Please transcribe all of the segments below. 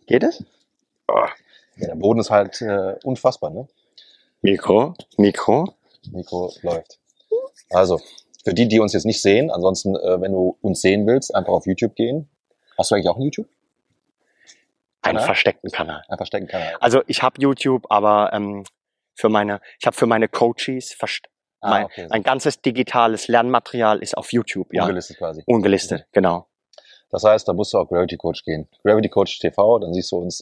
Geht es? Oh. Ja, der Boden ist halt unfassbar, ne? Mikro läuft. Also, für die uns jetzt nicht sehen, ansonsten, wenn du uns sehen willst, einfach auf YouTube gehen. Hast du eigentlich auch einen YouTube? Einen versteckten Kanal. Einen versteckten Kanal. Also ich habe YouTube, aber für meine Coaches mein ganzes digitales Lernmaterial ist auf YouTube. Ja. Ungelistet quasi. Ungelistet, genau. Das heißt, da musst du auf Gravity Coach gehen. Gravity Coach TV, dann siehst du uns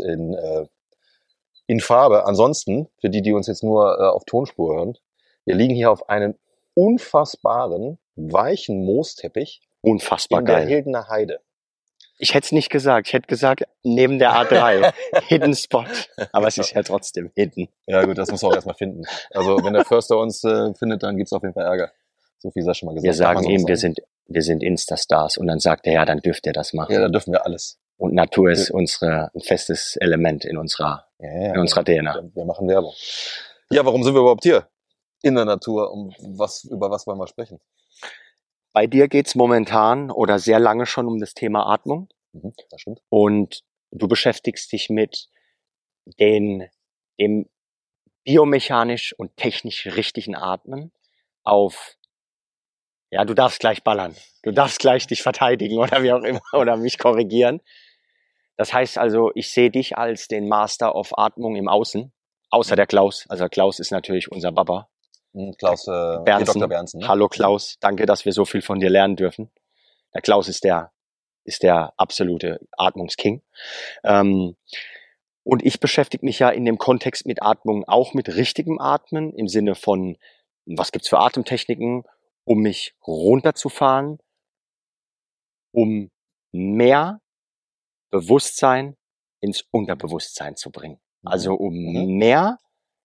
in Farbe. Ansonsten, für die uns jetzt nur auf Tonspur hören, wir liegen hier auf einem unfassbaren, weichen Moosteppich. Unfassbar in geil. der Hildener Heide. Ich hätte es nicht gesagt. Ich hätte gesagt, neben der A3. Hidden Spot. Aber es ist ja trotzdem hidden. Ja gut, das muss man auch erstmal finden. Also wenn der Förster uns findet, dann gibt's auf jeden Fall Ärger. So viel sei schon mal gesagt. Wir sagen ihm, wir sind Insta-Stars. Und dann sagt er, ja, dann dürft ihr das machen. Ja, dann dürfen wir alles. Und Natur ist ein festes Element in unserer DNA. Wir machen Werbung. Ja, warum sind wir überhaupt hier? In der Natur. Über was wollen wir sprechen? Bei dir geht's momentan oder sehr lange schon um das Thema Atmung. Das stimmt. Und du beschäftigst dich mit dem biomechanisch und technisch richtigen Atmen auf, ja, du darfst gleich ballern. Du darfst gleich dich verteidigen oder wie auch immer oder mich korrigieren. Das heißt also, ich sehe dich als den Master of Atmung im Außen, außer der Klaus. Also Klaus ist natürlich unser Baba. Klaus Bernsen. Dr. Bernsen. Ne? Hallo Klaus, danke, dass wir so viel von dir lernen dürfen. Der Klaus ist der absolute Atmungsking. Und ich beschäftige mich ja in dem Kontext mit Atmung auch mit richtigem Atmen im Sinne von, was gibt's für Atemtechniken, um mich runterzufahren, um mehr Bewusstsein ins Unterbewusstsein zu bringen. Also um mehr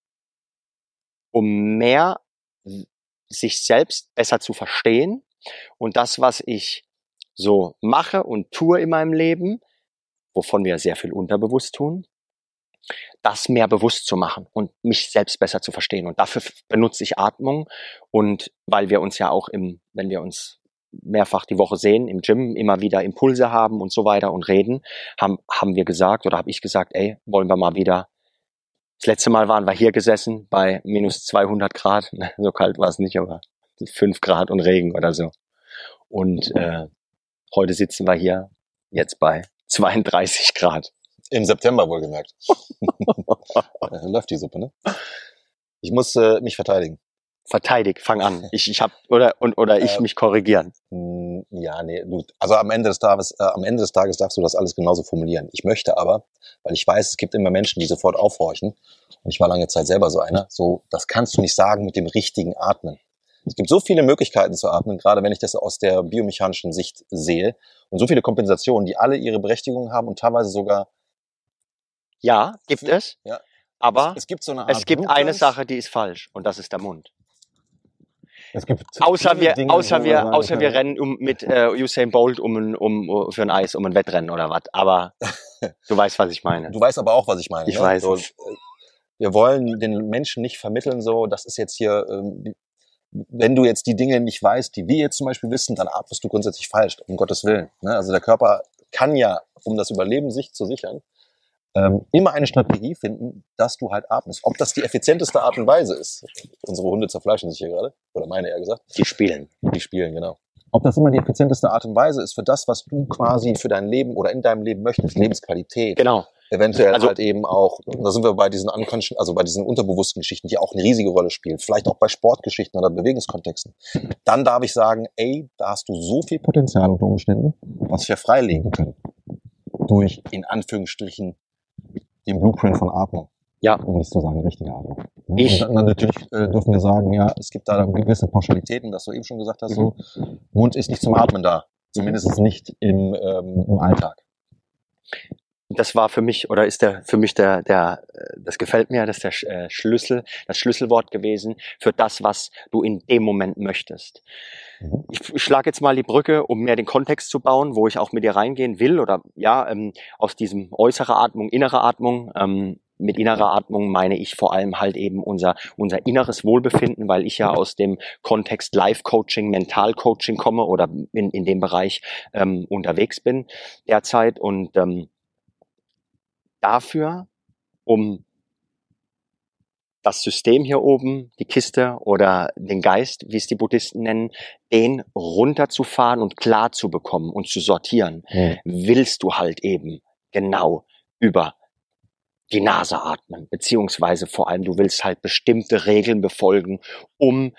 sich selbst besser zu verstehen und das, was ich so mache und tue in meinem Leben, wovon wir sehr viel unterbewusst tun, das mehr bewusst zu machen und mich selbst besser zu verstehen. Und dafür benutze ich Atmung. Und weil wir uns ja auch wenn wir uns mehrfach die Woche sehen, im Gym immer wieder Impulse haben und so weiter und reden, haben wir gesagt oder habe ich gesagt, ey, wollen wir mal wieder. Das letzte Mal waren wir hier gesessen bei minus 200 Grad. So kalt war es nicht, aber 5 Grad und Regen oder so. Und heute sitzen wir hier jetzt bei 32 Grad. Im September wohlgemerkt. Läuft die Suppe, ne? Ich muss mich verteidigen. Verteidig, fang an. Ich mich korrigieren. Ja, nee, also am Ende des Tages darfst du das alles genauso formulieren. Ich möchte aber, weil ich weiß, es gibt immer Menschen, die sofort aufhorchen, und ich war lange Zeit selber so einer, so, das kannst du nicht sagen mit dem richtigen Atmen. Es gibt so viele Möglichkeiten zu atmen, gerade wenn ich das aus der biomechanischen Sicht sehe, und so viele Kompensationen, die alle ihre Berechtigung haben und teilweise sogar. Ja, gibt es. Ja. Aber es gibt so eine Art es gibt eine Sache, die ist falsch, und das ist der Mund. Es gibt außer wir rennen mit Usain Bolt für ein Eis, um ein Wettrennen oder was. Aber du weißt, was ich meine. Du weißt aber auch, was ich meine. Ich weiß. So, wir wollen den Menschen nicht vermitteln, so, das ist jetzt hier, wenn du jetzt die Dinge nicht weißt, die wir jetzt zum Beispiel wissen, dann atmest du grundsätzlich falsch, um Gottes Willen. Ne? Also der Körper kann ja, um das Überleben sich zu sichern, immer eine Strategie finden, dass du halt atmest. Ob das die effizienteste Art und Weise ist. Unsere Hunde zerfleischen sich hier gerade. Oder meine eher gesagt. Die spielen, genau. Ob das immer die effizienteste Art und Weise ist für das, was du quasi für dein Leben oder in deinem Leben möchtest. Lebensqualität. Genau. Eventuell halt eben auch, da sind wir bei diesen bei diesen unterbewussten Geschichten, die auch eine riesige Rolle spielen. Vielleicht auch bei Sportgeschichten oder Bewegungskontexten. Dann darf ich sagen, ey, da hast du so viel Potenzial unter Umständen, was wir freilegen können. Durch, in Anführungsstrichen, den Blueprint von Atmung. Ja. Um nicht zu sagen, richtige Atmung. Und dann natürlich dürfen wir sagen, ja, es gibt da gewisse Pauschalitäten, das du eben schon gesagt hast, so, Mund ist nicht zum Atmen da. Zumindest nicht im Alltag. Das war für mich, oder ist das gefällt mir, das ist das Schlüsselwort gewesen für das, was du in dem Moment möchtest. Ich schlage jetzt mal die Brücke, um mehr den Kontext zu bauen, wo ich auch mit dir reingehen will, oder ja, aus diesem äußere Atmung, innere Atmung. Mit innerer Atmung meine ich vor allem halt eben unser inneres Wohlbefinden, weil ich ja aus dem Kontext Life-Coaching, Mental-Coaching komme oder in dem Bereich unterwegs bin derzeit. Und dafür, um das System hier oben, die Kiste oder den Geist, wie es die Buddhisten nennen, den runterzufahren und klar zu bekommen und zu sortieren, willst du halt eben genau über die Nase atmen, beziehungsweise vor allem, du willst halt bestimmte Regeln befolgen, um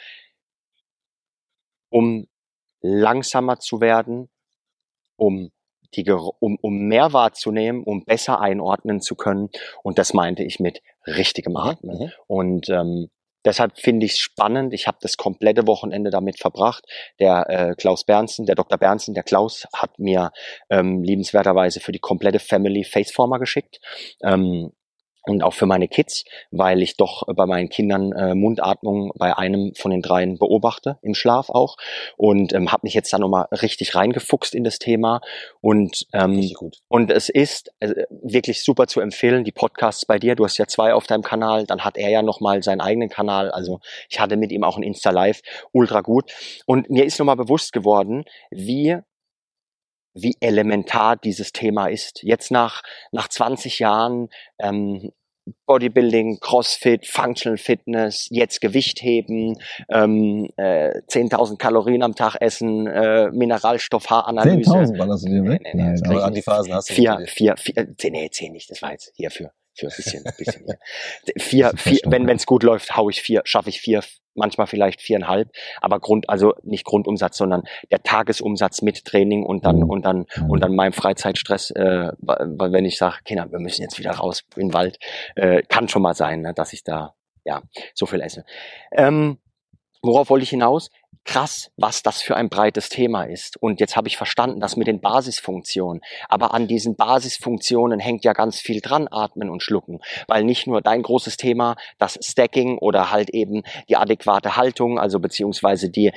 langsamer zu werden, um mehr wahrzunehmen, um besser einordnen zu können. Und das meinte ich mit richtigem Atmen. Und deshalb finde ich es spannend. Ich habe das komplette Wochenende damit verbracht. Der Klaus Berndsen, der Dr. Berndsen, der Klaus hat mir liebenswerterweise für die komplette Family Faceformer geschickt. Und auch für meine Kids, weil ich doch bei meinen Kindern Mundatmung bei einem von den dreien beobachte, im Schlaf auch. Und habe mich jetzt da nochmal richtig reingefuchst in das Thema. Und gut. Und es ist wirklich super zu empfehlen, die Podcasts bei dir. Du hast ja 2 auf deinem Kanal, dann hat er ja nochmal seinen eigenen Kanal. Also ich hatte mit ihm auch ein Insta-Live, ultra gut. Und mir ist nochmal bewusst geworden, wie elementar dieses Thema ist. Jetzt nach 20 Jahren Bodybuilding, Crossfit, Functional Fitness, jetzt Gewicht heben, 10.000 Kalorien am Tag essen, Mineralstoff-Haaranalyse. 10.000 war das in dir, ne? Nein, aber Antiphasen hast du 10 nicht, das war jetzt hier für ein bisschen hier. 4, wenn es gut läuft, schaffe ich 4, manchmal vielleicht 4,5, aber nicht Grundumsatz, sondern der Tagesumsatz mit Training und dann meinem Freizeitstress, weil wenn ich sage, Kinder, wir müssen jetzt wieder raus in den Wald, kann schon mal sein, ne, dass ich da so viel esse. Worauf wollte ich hinaus? Krass, was das für ein breites Thema ist. Und jetzt habe ich verstanden, das mit den Basisfunktionen. Aber an diesen Basisfunktionen hängt ja ganz viel dran, atmen und schlucken. Weil nicht nur dein großes Thema, das Stacking oder halt eben die adäquate Haltung, also beziehungsweise die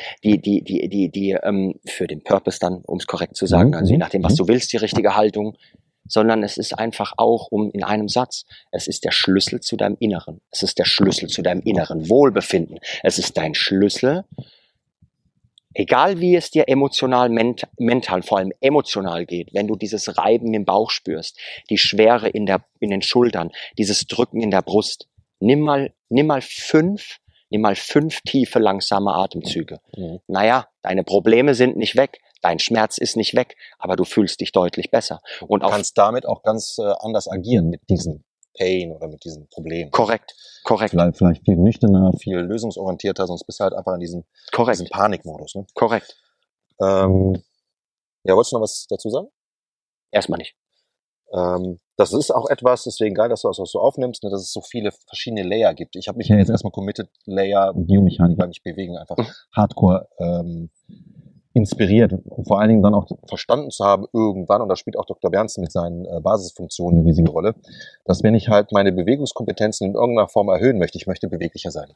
für den Purpose dann, um es korrekt zu sagen, also je nachdem, was du willst, die richtige Haltung, sondern es ist einfach auch in einem Satz, es ist der Schlüssel zu deinem Inneren. Es ist der Schlüssel zu deinem inneren Wohlbefinden. Es ist dein Schlüssel, egal wie es dir emotional, mental, vor allem emotional geht, wenn du dieses Reiben im Bauch spürst, die Schwere in den Schultern, dieses Drücken in der Brust, nimm mal 5 tiefe, langsame Atemzüge. Naja, deine Probleme sind nicht weg, dein Schmerz ist nicht weg, aber du fühlst dich deutlich besser. Und du kannst damit auch ganz anders agieren mit diesem Pain oder mit diesem Problem. Korrekt. Vielleicht viel nüchterner, viel lösungsorientierter, sonst bist du halt einfach in diesem Panikmodus. Ne? Korrekt. Wolltest du noch was dazu sagen? Erstmal nicht. Das ist auch etwas, deswegen geil, dass du das auch so aufnimmst, ne, dass es so viele verschiedene Layer gibt. Ich habe mich ja jetzt erstmal committed, Layer, Biomechanik, weil mich bewegen einfach hardcore inspiriert und vor allen Dingen dann auch verstanden zu haben irgendwann, und da spielt auch Dr. Berndsen mit seinen Basisfunktionen eine riesige Rolle, dass wenn ich halt meine Bewegungskompetenzen in irgendeiner Form erhöhen möchte, ich möchte beweglicher sein,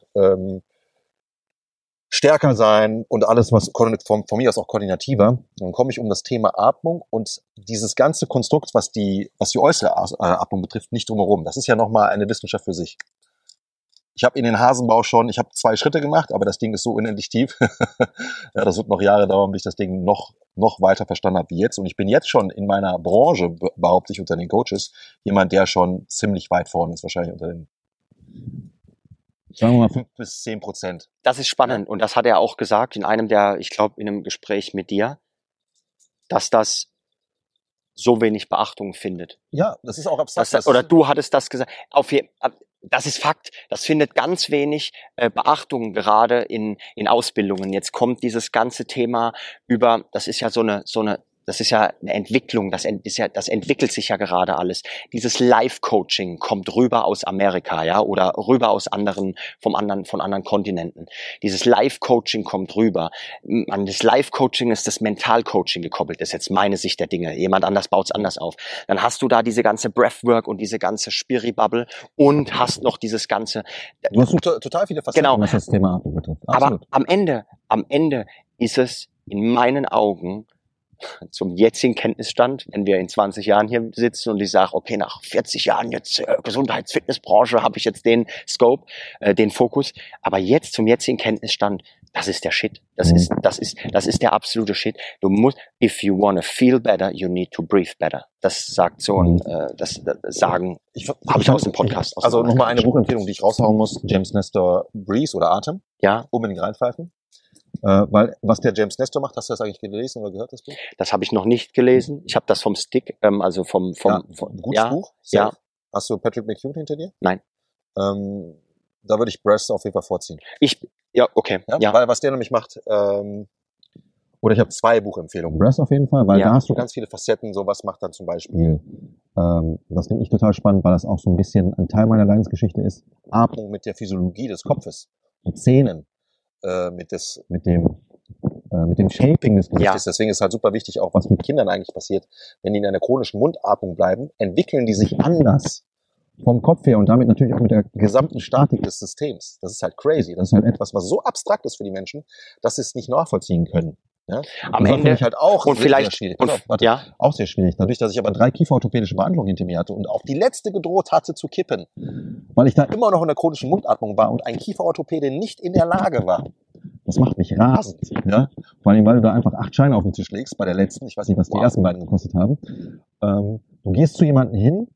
stärker sein und alles, was von mir aus auch koordinativer, dann komme ich um das Thema Atmung und dieses ganze Konstrukt, was die äußere Atmung betrifft, nicht drumherum. Das ist ja nochmal eine Wissenschaft für sich. Ich habe in den Hasenbau ich habe 2 Schritte gemacht, aber das Ding ist so unendlich tief. Ja, das wird noch Jahre dauern, bis ich das Ding noch weiter verstanden habe wie jetzt. Und ich bin jetzt schon in meiner Branche, behaupte ich unter den Coaches, jemand, der schon ziemlich weit vorne ist, wahrscheinlich unter den, sagen wir mal, 5-10%. Das ist spannend. Und das hat er auch gesagt in einem in einem Gespräch mit dir, dass das so wenig Beachtung findet. Ja, das ist auch abstrakt. Oder du hattest das gesagt. Das ist Fakt. Das findet ganz wenig Beachtung gerade in Ausbildungen. Jetzt kommt dieses ganze Thema das ist ja das ist ja eine Entwicklung, das entwickelt sich ja gerade alles. Dieses Life-Coaching kommt rüber aus Amerika, ja, oder rüber von anderen Kontinenten. Dieses Life-Coaching kommt rüber. An das Life-Coaching ist das Mental-Coaching gekoppelt. Das ist jetzt meine Sicht der Dinge. Jemand anders baut es anders auf. Dann hast du da diese ganze Breathwork und diese ganze Spiri-Bubble und hast noch dieses ganze. Du hast total viele Facetten, was das Thema betrifft. Aber am Ende ist es in meinen Augen zum jetzigen Kenntnisstand, wenn wir in 20 Jahren hier sitzen und ich sage, okay, nach 40 Jahren jetzt Gesundheits-Fitnessbranche habe ich jetzt den Scope, den Fokus, aber jetzt zum jetzigen Kenntnisstand, das ist der Shit. Das ist der absolute Shit. Du musst, if you wanna feel better, you need to breathe better. Das sagt so ein, das sagen, habe ich aus dem Podcast. Also nochmal eine Buchempfehlung, die ich raushauen muss, James Nestor, Breathe oder Atem. Ja. Unbedingt reinpfeifen. Weil was der James Nestor macht, hast du das eigentlich gelesen oder gehört, das Buch? Das habe ich noch nicht gelesen. Ich habe das vom Stick, also vom gutes Buch. Ja. Hast du Patrick McHugh hinter dir? Nein. Da würde ich Breath auf jeden Fall vorziehen. Okay. Ja. Weil was der nämlich macht, oder ich habe 2 Buchempfehlungen. Breath auf jeden Fall, weil da hast du ganz viele Facetten. So was macht dann zum Beispiel, das finde ich total spannend, weil das auch so ein bisschen ein Teil meiner Leidensgeschichte ist. Atmung mit der Physiologie des Kopfes, mit Zähnen. Mit dem Shaping des Gesichtes. Ja. Deswegen ist halt super wichtig, auch was mit Kindern eigentlich passiert. Wenn die in einer chronischen Mundatmung bleiben, entwickeln die sich anders vom Kopf her und damit natürlich auch mit der gesamten Statik des Systems. Das ist halt crazy. Das ist halt etwas, was so abstrakt ist für die Menschen, dass sie es nicht nachvollziehen können. Ja? Am Ende ich halt auch und vielleicht sehr schwierig. Auch sehr schwierig. Dadurch, dass ich aber 3 kieferorthopädische Behandlungen hinter mir hatte und auch die letzte gedroht hatte zu kippen, weil ich da immer noch in der chronischen Mundatmung war und ein Kieferorthopäde nicht in der Lage war. Das macht mich rasend, ja. Vor allem, weil du da einfach 8 Scheine auf den Tisch legst bei der letzten. Ich weiß nicht, was die ersten beiden gekostet haben. Du gehst zu jemandem hin,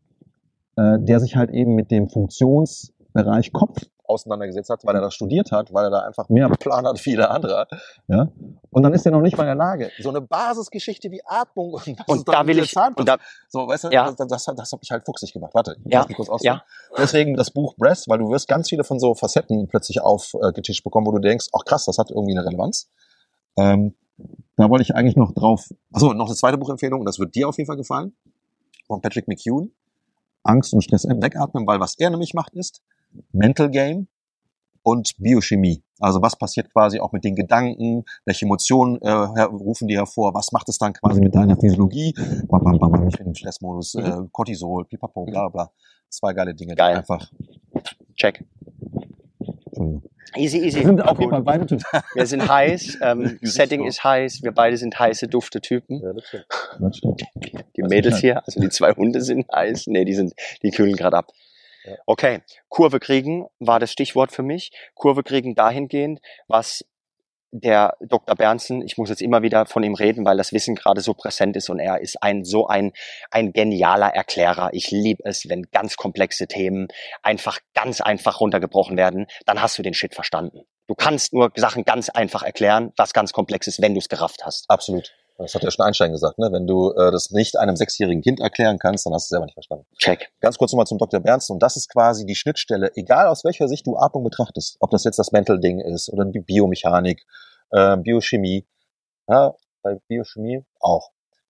der sich halt eben mit dem Funktionsbereich Kopf auseinandergesetzt hat, weil er das studiert hat, weil er da einfach mehr Plan hat als viele andere. Ja? Und dann ist er noch nicht mal in der Lage. So eine Basisgeschichte wie Atmung und da will ich so, weißt du, das habe ich halt fuchsig gemacht. Warte, lass mich kurz ausdrücken. Deswegen das Buch Breath, weil du wirst ganz viele von so Facetten plötzlich aufgetischt bekommen, wo du denkst, ach krass, das hat irgendwie eine Relevanz. Da wollte ich eigentlich noch drauf. Achso, noch eine zweite Buchempfehlung, und das wird dir auf jeden Fall gefallen, von Patrick McHugh. Angst und Stress wegatmen, weil was er nämlich macht ist Mental Game und Biochemie. Also was passiert quasi auch mit den Gedanken, welche Emotionen rufen die hervor, was macht es dann quasi mit deiner Physiologie? Bam, bam, bam, ich bin im Stressmodus, Cortisol, pipapo, bla bla. 2 geile Dinge. Geil. Einfach. Check. Entschuldigung. Easy. Wir sind auf jeden Fall beide total. Wir sind heiß, Setting ist heiß, wir beide sind heiße, dufte Typen. Ja, das stimmt. Die Mädels hier, also die 2 Hunde sind heiß. Nee, die kühlen gerade ab. Ja. Okay, Kurve kriegen war das Stichwort für mich. Kurve kriegen dahingehend, was der Dr. Berndsen, ich muss jetzt immer wieder von ihm reden, weil das Wissen gerade so präsent ist und er ist ein genialer Erklärer. Ich liebe es, wenn ganz komplexe Themen ganz einfach runtergebrochen werden, dann hast du den Shit verstanden. Du kannst nur Sachen ganz einfach erklären, was ganz komplex ist, wenn du es gerafft hast. Absolut. Das hat ja schon Einstein gesagt, ne? Wenn du das nicht einem 6-jährigen Kind erklären kannst, dann hast du es selber nicht verstanden. Check. Ganz kurz nochmal zum Dr. Berndsen. Und das ist quasi die Schnittstelle, egal aus welcher Sicht du Atmung betrachtest. Ob das jetzt das Mental-Ding ist oder die Biomechanik, Biochemie. Ja, bei Biochemie auch.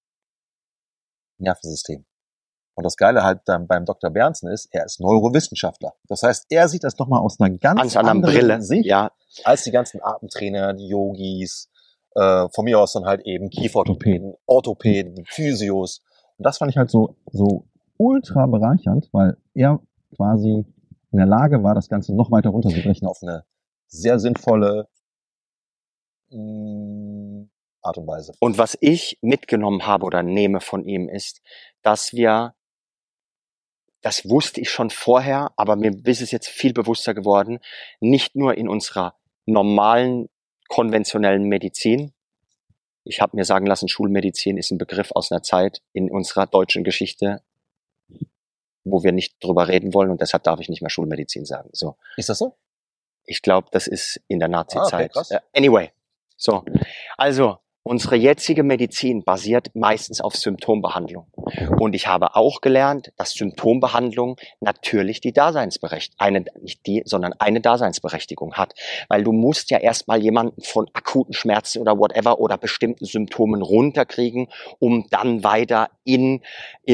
Nervensystem. Und das Geile halt dann beim Dr. Berndsen ist, er ist Neurowissenschaftler. Das heißt, er sieht das nochmal aus einer ganz anderen Brille Sicht, ja, als die ganzen Atemtrainer, die Yogis, von mir aus dann halt eben Kieferorthopäden, Orthopäden, Physios. Und das fand ich halt so ultra bereichernd, weil er quasi in der Lage war, das Ganze noch weiter runterzubrechen auf eine sehr sinnvolle Art und Weise. Und was ich mitgenommen habe oder nehme von ihm ist, dass das wusste ich schon vorher, aber mir ist es jetzt viel bewusster geworden, nicht nur in unserer normalen konventionellen Medizin. Ich habe mir sagen lassen, Schulmedizin ist ein Begriff aus einer Zeit in unserer deutschen Geschichte, wo wir nicht drüber reden wollen und deshalb darf ich nicht mehr Schulmedizin sagen. So. Ist das so? Ich glaube, das ist in der Nazi-Zeit. Okay, krass. Anyway, so. Also, unsere jetzige Medizin basiert meistens auf Symptombehandlung. Und ich habe auch gelernt, dass Symptombehandlung natürlich die eine Daseinsberechtigung hat. Weil du musst ja erstmal jemanden von akuten Schmerzen oder whatever oder bestimmten Symptomen runterkriegen, um dann weiter im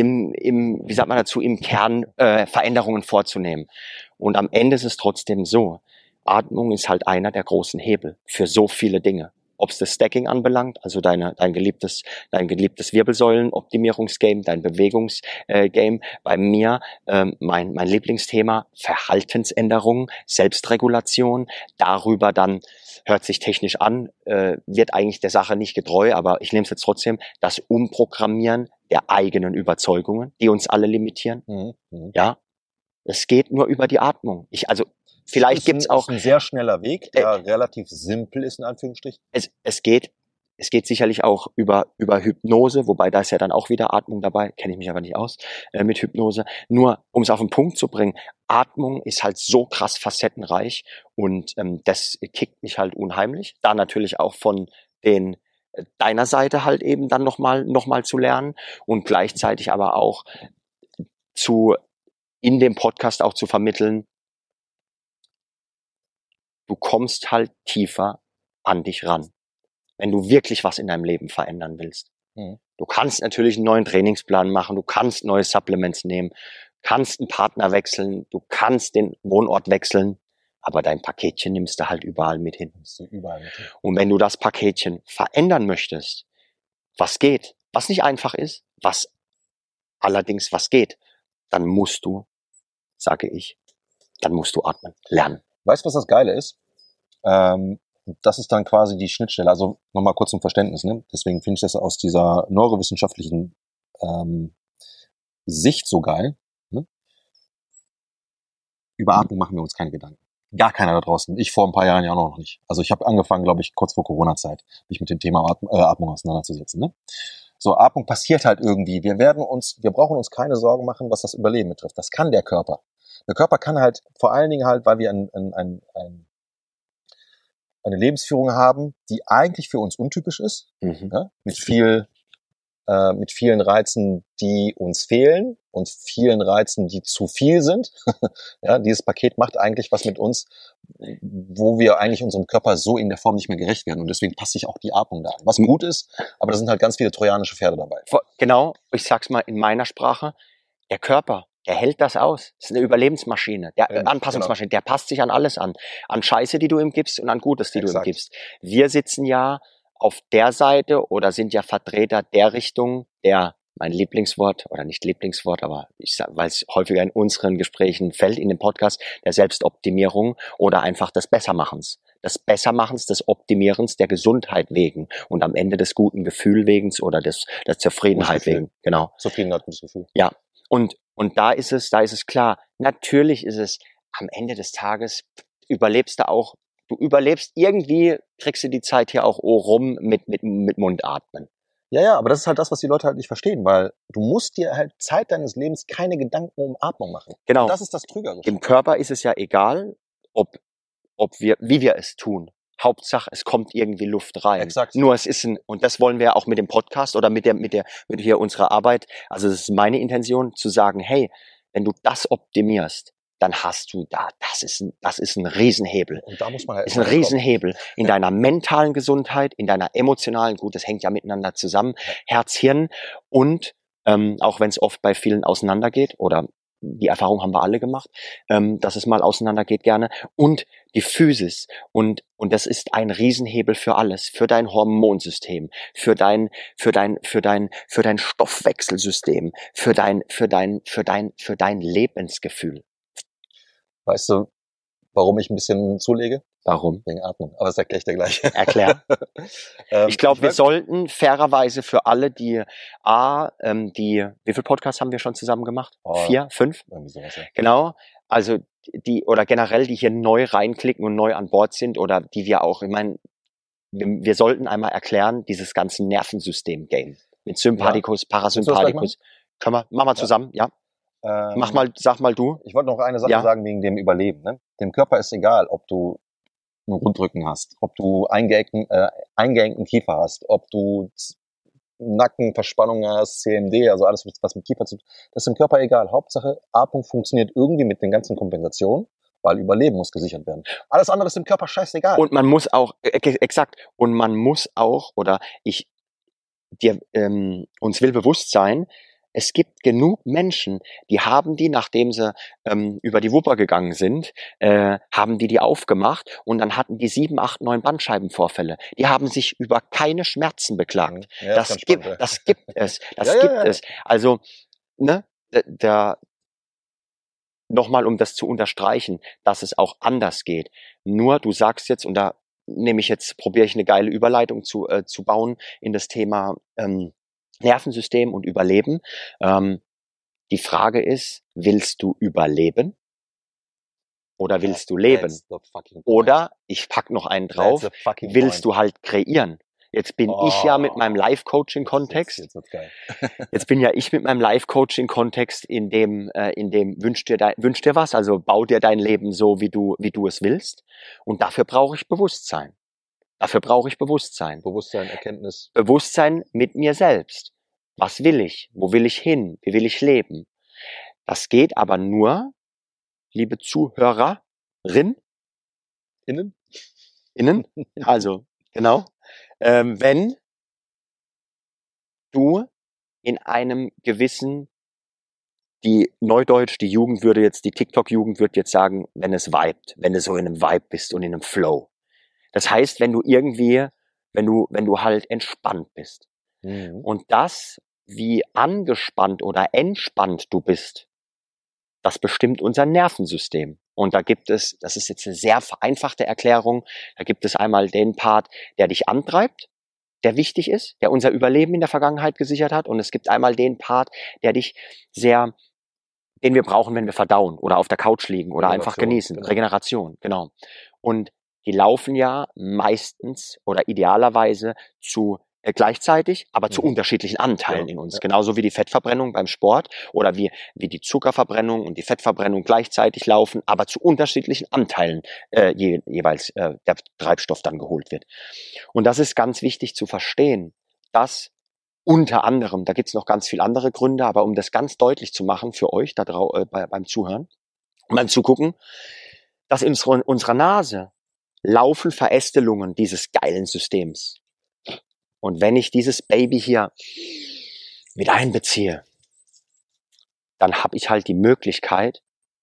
Kern Veränderungen vorzunehmen. Und am Ende ist es trotzdem so, Atmung ist halt einer der großen Hebel für so viele Dinge. ob es das Stacking anbelangt, also dein geliebtes Wirbelsäulenoptimierungsgame, dein Bewegungsgame. Bei mir mein Lieblingsthema Verhaltensänderung, Selbstregulation. Darüber dann, hört sich technisch an, wird eigentlich der Sache nicht getreu, aber ich nehme es jetzt trotzdem, das Umprogrammieren der eigenen Überzeugungen, die uns alle limitieren. Ja, es geht nur über die Atmung. Vielleicht gibt's auch... Das ist ein sehr schneller Weg, der relativ simpel ist, in Anführungsstrichen. Es geht sicherlich auch über Hypnose, wobei da ist ja dann auch wieder Atmung dabei, kenne ich mich aber nicht aus mit Hypnose. Nur, um es auf den Punkt zu bringen, Atmung ist halt so krass facettenreich und das kickt mich halt unheimlich. Da natürlich auch von deiner Seite halt eben dann noch mal zu lernen und gleichzeitig aber auch in dem Podcast auch zu vermitteln, du kommst halt tiefer an dich ran, wenn du wirklich was in deinem Leben verändern willst. Du kannst natürlich einen neuen Trainingsplan machen, du kannst neue Supplements nehmen, kannst einen Partner wechseln, du kannst den Wohnort wechseln, aber dein Paketchen nimmst du halt überall mit hin. Und wenn du das Paketchen verändern möchtest, was geht, was nicht einfach ist, was geht, dann musst du, sage ich, atmen, lernen. Weißt du, was das Geile ist? Das ist dann quasi die Schnittstelle. Also nochmal kurz zum Verständnis. Ne? Deswegen finde ich das aus dieser neurowissenschaftlichen Sicht so geil. Ne? Über Atmung machen wir uns keine Gedanken. Gar keiner da draußen. Ich vor ein paar Jahren ja noch nicht. Also ich habe angefangen, glaube ich, kurz vor Corona-Zeit, mich mit dem Thema Atmung auseinanderzusetzen. Ne? So, Atmung passiert halt irgendwie. Wir brauchen uns keine Sorgen machen, was das Überleben betrifft. Das kann der Körper. Der Körper kann halt, vor allen Dingen halt, weil wir eine Lebensführung haben, die eigentlich für uns untypisch ist, ja? mit vielen Reizen, die uns fehlen und vielen Reizen, die zu viel sind. Ja, dieses Paket macht eigentlich was mit uns, wo wir eigentlich unserem Körper so in der Form nicht mehr gerecht werden. Und deswegen passt sich auch die Atmung da an. Was gut ist, aber da sind halt ganz viele trojanische Pferde dabei. Genau, ich sag's mal in meiner Sprache, der Körper, der hält das aus. Das ist eine Überlebensmaschine, Anpassungsmaschine. Genau. Der passt sich an alles an. An Scheiße, die du ihm gibst und an Gutes, die du ihm gibst. Wir sitzen ja auf der Seite oder sind ja Vertreter der Richtung, mein Lieblingswort, oder nicht Lieblingswort, aber weil es häufiger in unseren Gesprächen fällt, in dem Podcast, der Selbstoptimierung oder einfach des Bessermachens. Des Bessermachens, des Optimierens der Gesundheit wegen und am Ende des guten Gefühl wegens oder der Zufriedenheit wegen. Genau. Zufriedenheit, gutes Gefühl. Ja. Und da ist es klar. Natürlich ist es am Ende des Tages, du überlebst irgendwie, kriegst du die Zeit hier auch rum mit Mundatmen. Ja, aber das ist halt das, was die Leute halt nicht verstehen, weil du musst dir halt Zeit deines Lebens keine Gedanken um Atmung machen. Genau. Und das ist das Trügerische. Dem Körper ist es ja egal, wie wir es tun. Hauptsache, es kommt irgendwie Luft rein. Exakt. Nur es ist und das wollen wir auch mit dem Podcast oder mit hier unserer Arbeit. Also das ist meine Intention, zu sagen, hey, wenn du das optimierst, dann hast du das ist ein Riesenhebel. Und da muss man halt ist ein Riesenhebel in deiner mentalen Gesundheit, in deiner emotionalen, gut, das hängt ja miteinander zusammen, Herz, Hirn und auch wenn es oft bei vielen auseinandergeht oder die Erfahrung haben wir alle gemacht, dass es mal auseinandergeht gerne und die Physis und das ist ein Riesenhebel für alles, für dein Hormonsystem, für dein Stoffwechselsystem, für dein Lebensgefühl. Weißt du, warum ich ein bisschen zulege? Warum? Wegen Atmung. Aber das erkläre ich dir gleich. Erklär. Ich glaube, wir sollten fairerweise für alle, wie viele Podcasts haben wir schon zusammen gemacht? 4, 5? Irgendwie sowas, ja. Genau. Also oder generell, die hier neu reinklicken und neu an Bord sind oder die wir auch, ich meine, wir sollten einmal erklären, dieses ganze Nervensystem-Game mit Sympathikus, Parasympathikus. Machen wir zusammen, ja. Sag mal du. Ich wollte noch eine Sache sagen wegen dem Überleben. Ne? Dem Körper ist egal, ob du einen Rundrücken hast, ob du eingeengten Kiefer hast, ob du Nackenverspannung hast, CMD, also alles, was mit Kiefer zu tun. Das ist dem Körper egal. Hauptsache, Atmung funktioniert irgendwie mit den ganzen Kompensationen, weil Überleben muss gesichert werden. Alles andere ist dem Körper scheißegal. Und man muss auch, uns will bewusst sein, Es gibt genug Menschen, die haben die, nachdem sie über die Wupper gegangen sind, haben die aufgemacht und dann hatten die 7, 8, 9 Bandscheibenvorfälle. Die haben sich über keine Schmerzen beklagt. Ja, Das ganz gibt, spannend, ja. das gibt es, das Ja, gibt ja. es. Also, ne, nochmal, um das zu unterstreichen, dass es auch anders geht. Nur du sagst jetzt, und da probiere ich eine geile Überleitung zu bauen in das Thema Nervensystem und Überleben. Die Frage ist, willst du überleben oder willst du leben? That's the fucking point. Oder, ich pack noch einen drauf, That's the fucking willst point. du halt kreieren? Jetzt bin ich ja mit meinem Oh. Life-Coaching-Kontext. Jetzt wird's geil. Jetzt bin ja ich mit meinem Life-Coaching-Kontext in dem wünsch dir was, also bau dir dein Leben so, wie du es willst. Und dafür brauche ich Bewusstsein. Bewusstsein, Erkenntnis. Bewusstsein mit mir selbst. Was will ich? Wo will ich hin? Wie will ich leben? Das geht aber nur, liebe Zuhörerin, Innen, also, genau, wenn du in einem gewissen, die Jugend würde jetzt, die TikTok-Jugend würde jetzt sagen, wenn es vibet, wenn du so in einem Vibe bist und in einem Flow. Das heißt, wenn du halt entspannt bist. Mhm. Und das, wie angespannt oder entspannt du bist, das bestimmt unser Nervensystem. Und da gibt es, das ist jetzt eine sehr vereinfachte Erklärung, da gibt es einmal den Part, der dich antreibt, der wichtig ist, der unser Überleben in der Vergangenheit gesichert hat. Und es gibt einmal den Part, den wir brauchen, wenn wir verdauen oder auf der Couch liegen oder einfach genießen. Genau. Regeneration, genau. Und die laufen ja meistens oder idealerweise gleichzeitig, aber zu unterschiedlichen Anteilen in uns. Ja. Genauso wie die Fettverbrennung beim Sport oder wie die Zuckerverbrennung und die Fettverbrennung gleichzeitig laufen, aber zu unterschiedlichen Anteilen jeweils der Treibstoff dann geholt wird. Und das ist ganz wichtig zu verstehen, dass unter anderem, da gibt's noch ganz viele andere Gründe, aber um das ganz deutlich zu machen für euch da beim Zuhören und beim Zugucken, dass in unserer Nase laufen Verästelungen dieses geilen Systems. Und wenn ich dieses Baby hier mit einbeziehe, dann habe ich halt die Möglichkeit,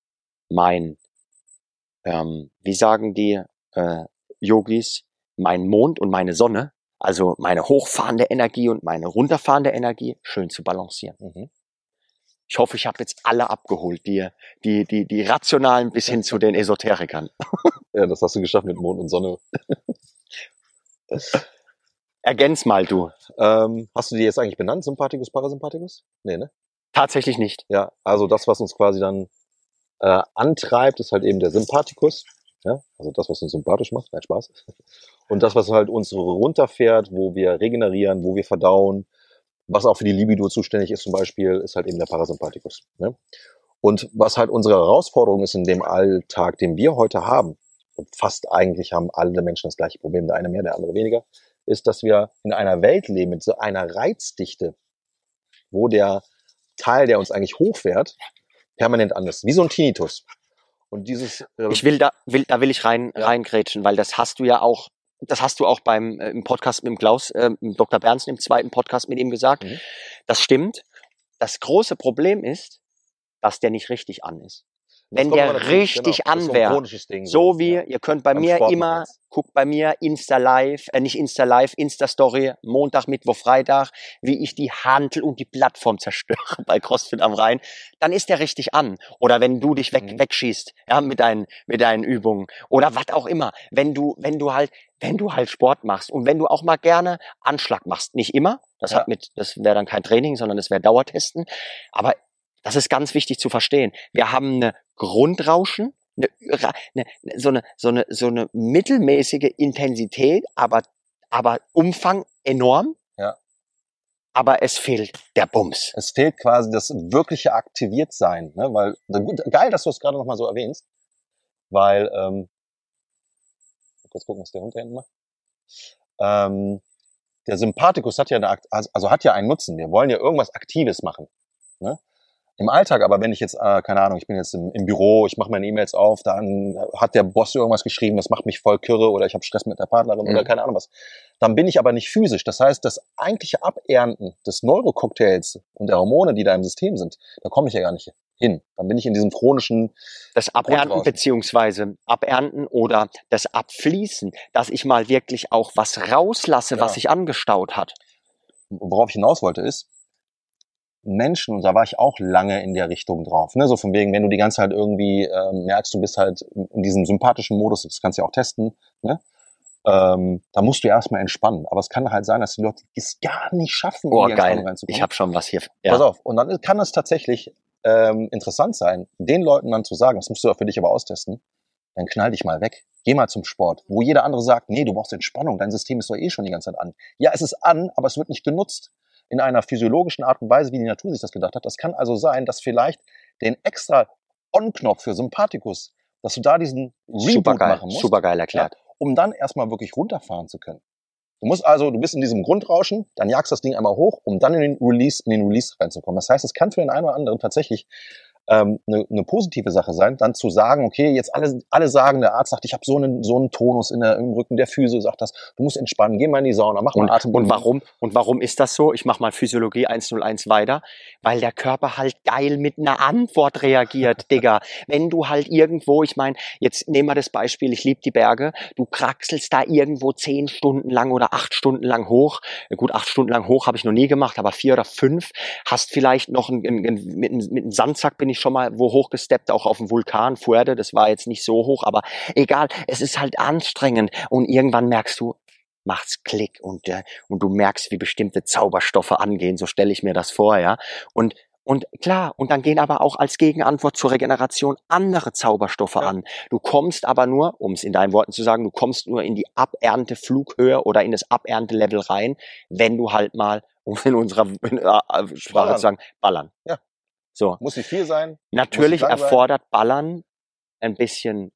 wie sagen die Yogis, mein Mond und meine Sonne, also meine hochfahrende Energie und meine runterfahrende Energie, schön zu balancieren. Mhm. Ich hoffe, ich habe jetzt alle abgeholt, die Rationalen bis hin zu den Esoterikern. Ja, das hast du geschafft mit Mond und Sonne. Ergänz mal, du. Hast du die jetzt eigentlich benannt? Sympathikus, Parasympathikus? Nee, ne? Tatsächlich nicht. Ja, also das, was uns quasi dann antreibt, ist halt eben der Sympathikus. Ja, also das, was uns sympathisch macht. Nein, Spaß. Und das, was halt uns runterfährt, wo wir regenerieren, wo wir verdauen, was auch für die Libido zuständig ist zum Beispiel, ist halt eben der Parasympathikus. Ne? Und was halt unsere Herausforderung ist in dem Alltag, den wir heute haben, und fast eigentlich haben alle Menschen das gleiche Problem, der eine mehr, der andere weniger, ist, dass wir in einer Welt leben mit so einer Reizdichte, wo der Teil, der uns eigentlich hochfährt, permanent an ist. Wie so ein Tinnitus. Und dieses... Da will ich reingrätschen, weil das hast du auch im Podcast mit dem Klaus, Dr. Bernsen im zweiten Podcast mit ihm gesagt. Mhm. Das stimmt. Das große Problem ist, dass der nicht richtig an ist. Wenn der richtig an wäre, so wie, ihr könnt bei mir immer, guckt bei mir Insta-Story, Montag, Mittwoch, Freitag, wie ich die Hantel und die Plattform zerstöre bei CrossFit am Rhein, dann ist der richtig an. Oder wenn du dich wegschießt, ja, mit deinen Übungen. Oder was auch immer. Wenn du halt Sport machst und wenn du auch mal gerne Anschlag machst. Nicht immer. Das wäre dann kein Training, sondern das wäre Dauertesten. Aber das ist ganz wichtig zu verstehen. Wir haben eine Grundrauschen, so eine mittelmäßige Intensität, aber Umfang enorm. Ja. Aber es fehlt der Bums. Es fehlt quasi das wirkliche Aktiviertsein, ne? Weil geil, dass du es gerade noch mal so erwähnst, weil kurz gucken, was der Hund da hinten macht. Der Sympathikus hat ja einen Nutzen. Wir wollen ja irgendwas Aktives machen. Ne? Im Alltag, aber wenn ich jetzt, keine Ahnung, ich bin jetzt im Büro, ich mache meine E-Mails auf, dann hat der Boss irgendwas geschrieben, das macht mich voll kirre oder ich habe Stress mit der Partnerin oder keine Ahnung was. Dann bin ich aber nicht physisch. Das heißt, das eigentliche Abernten des Neurococktails und der Hormone, die da im System sind, da komme ich ja gar nicht hin. Dann bin ich in diesem chronischen Das Abernten Grundrauschen. beziehungsweise Abernten oder das Abfließen, dass ich mal wirklich auch was rauslasse, was sich angestaut hat. Worauf ich hinaus wollte ist, Menschen, und da war ich auch lange in der Richtung drauf, ne, so von wegen, wenn du die ganze Zeit irgendwie merkst, du bist halt in diesem sympathischen Modus, das kannst du ja auch testen, ne, da musst du erstmal entspannen. Aber es kann halt sein, dass die Leute es gar nicht schaffen, Oh, in die Entspannung geil. reinzukommen. Ich habe schon was hier. Pass auf. Und dann kann es tatsächlich interessant sein, den Leuten dann zu sagen, das musst du doch für dich aber austesten, dann knall dich mal weg. Geh mal zum Sport. Wo jeder andere sagt, nee, du brauchst Entspannung, dein System ist doch eh schon die ganze Zeit an. Ja, es ist an, aber es wird nicht genutzt in einer physiologischen Art und Weise, wie die Natur sich das gedacht hat. Das kann also sein, dass vielleicht den extra On-Knopf für Sympathikus, dass du da diesen Reboot machen musst. Super geil erklärt. Ja, um dann erstmal wirklich runterfahren zu können. Du bist in diesem Grundrauschen, dann jagst das Ding einmal hoch, um dann in den Release reinzukommen. Das heißt, es kann für den einen oder anderen tatsächlich eine positive Sache sein, dann zu sagen, okay, jetzt alle sagen, der Arzt sagt, ich habe so einen Tonus im Rücken, der Physio sagt das, du musst entspannen, geh mal in die Sauna, mach mal Atemübungen. Und warum ist das so? Ich mache mal Physiologie 101 weiter, weil der Körper halt geil mit einer Antwort reagiert, Digga. Wenn du halt irgendwo, ich meine, jetzt nehmen wir das Beispiel, ich liebe die Berge, du kraxelst da irgendwo 10 Stunden lang oder 8 Stunden lang hoch. Gut, 8 Stunden lang hoch habe ich noch nie gemacht, aber 4 oder 5. Hast vielleicht noch mit einem Sandsack bin ich schon mal wo hochgesteppt, auch auf dem Vulkan Fuerte, das war jetzt nicht so hoch, aber egal, es ist halt anstrengend und irgendwann merkst du, macht's Klick und du merkst, wie bestimmte Zauberstoffe angehen, so stelle ich mir das vor, ja. Und klar, und dann gehen aber auch als Gegenantwort zur Regeneration andere Zauberstoffe an. Du kommst aber nur, um es in deinen Worten zu sagen, du kommst nur in die Abernteflughöhe oder in das Aberntelevel rein, wenn du halt mal, um in unserer Sprache zu sagen, ballern. Ja. So. Muss nicht viel sein. Natürlich erfordert Ballern ein bisschen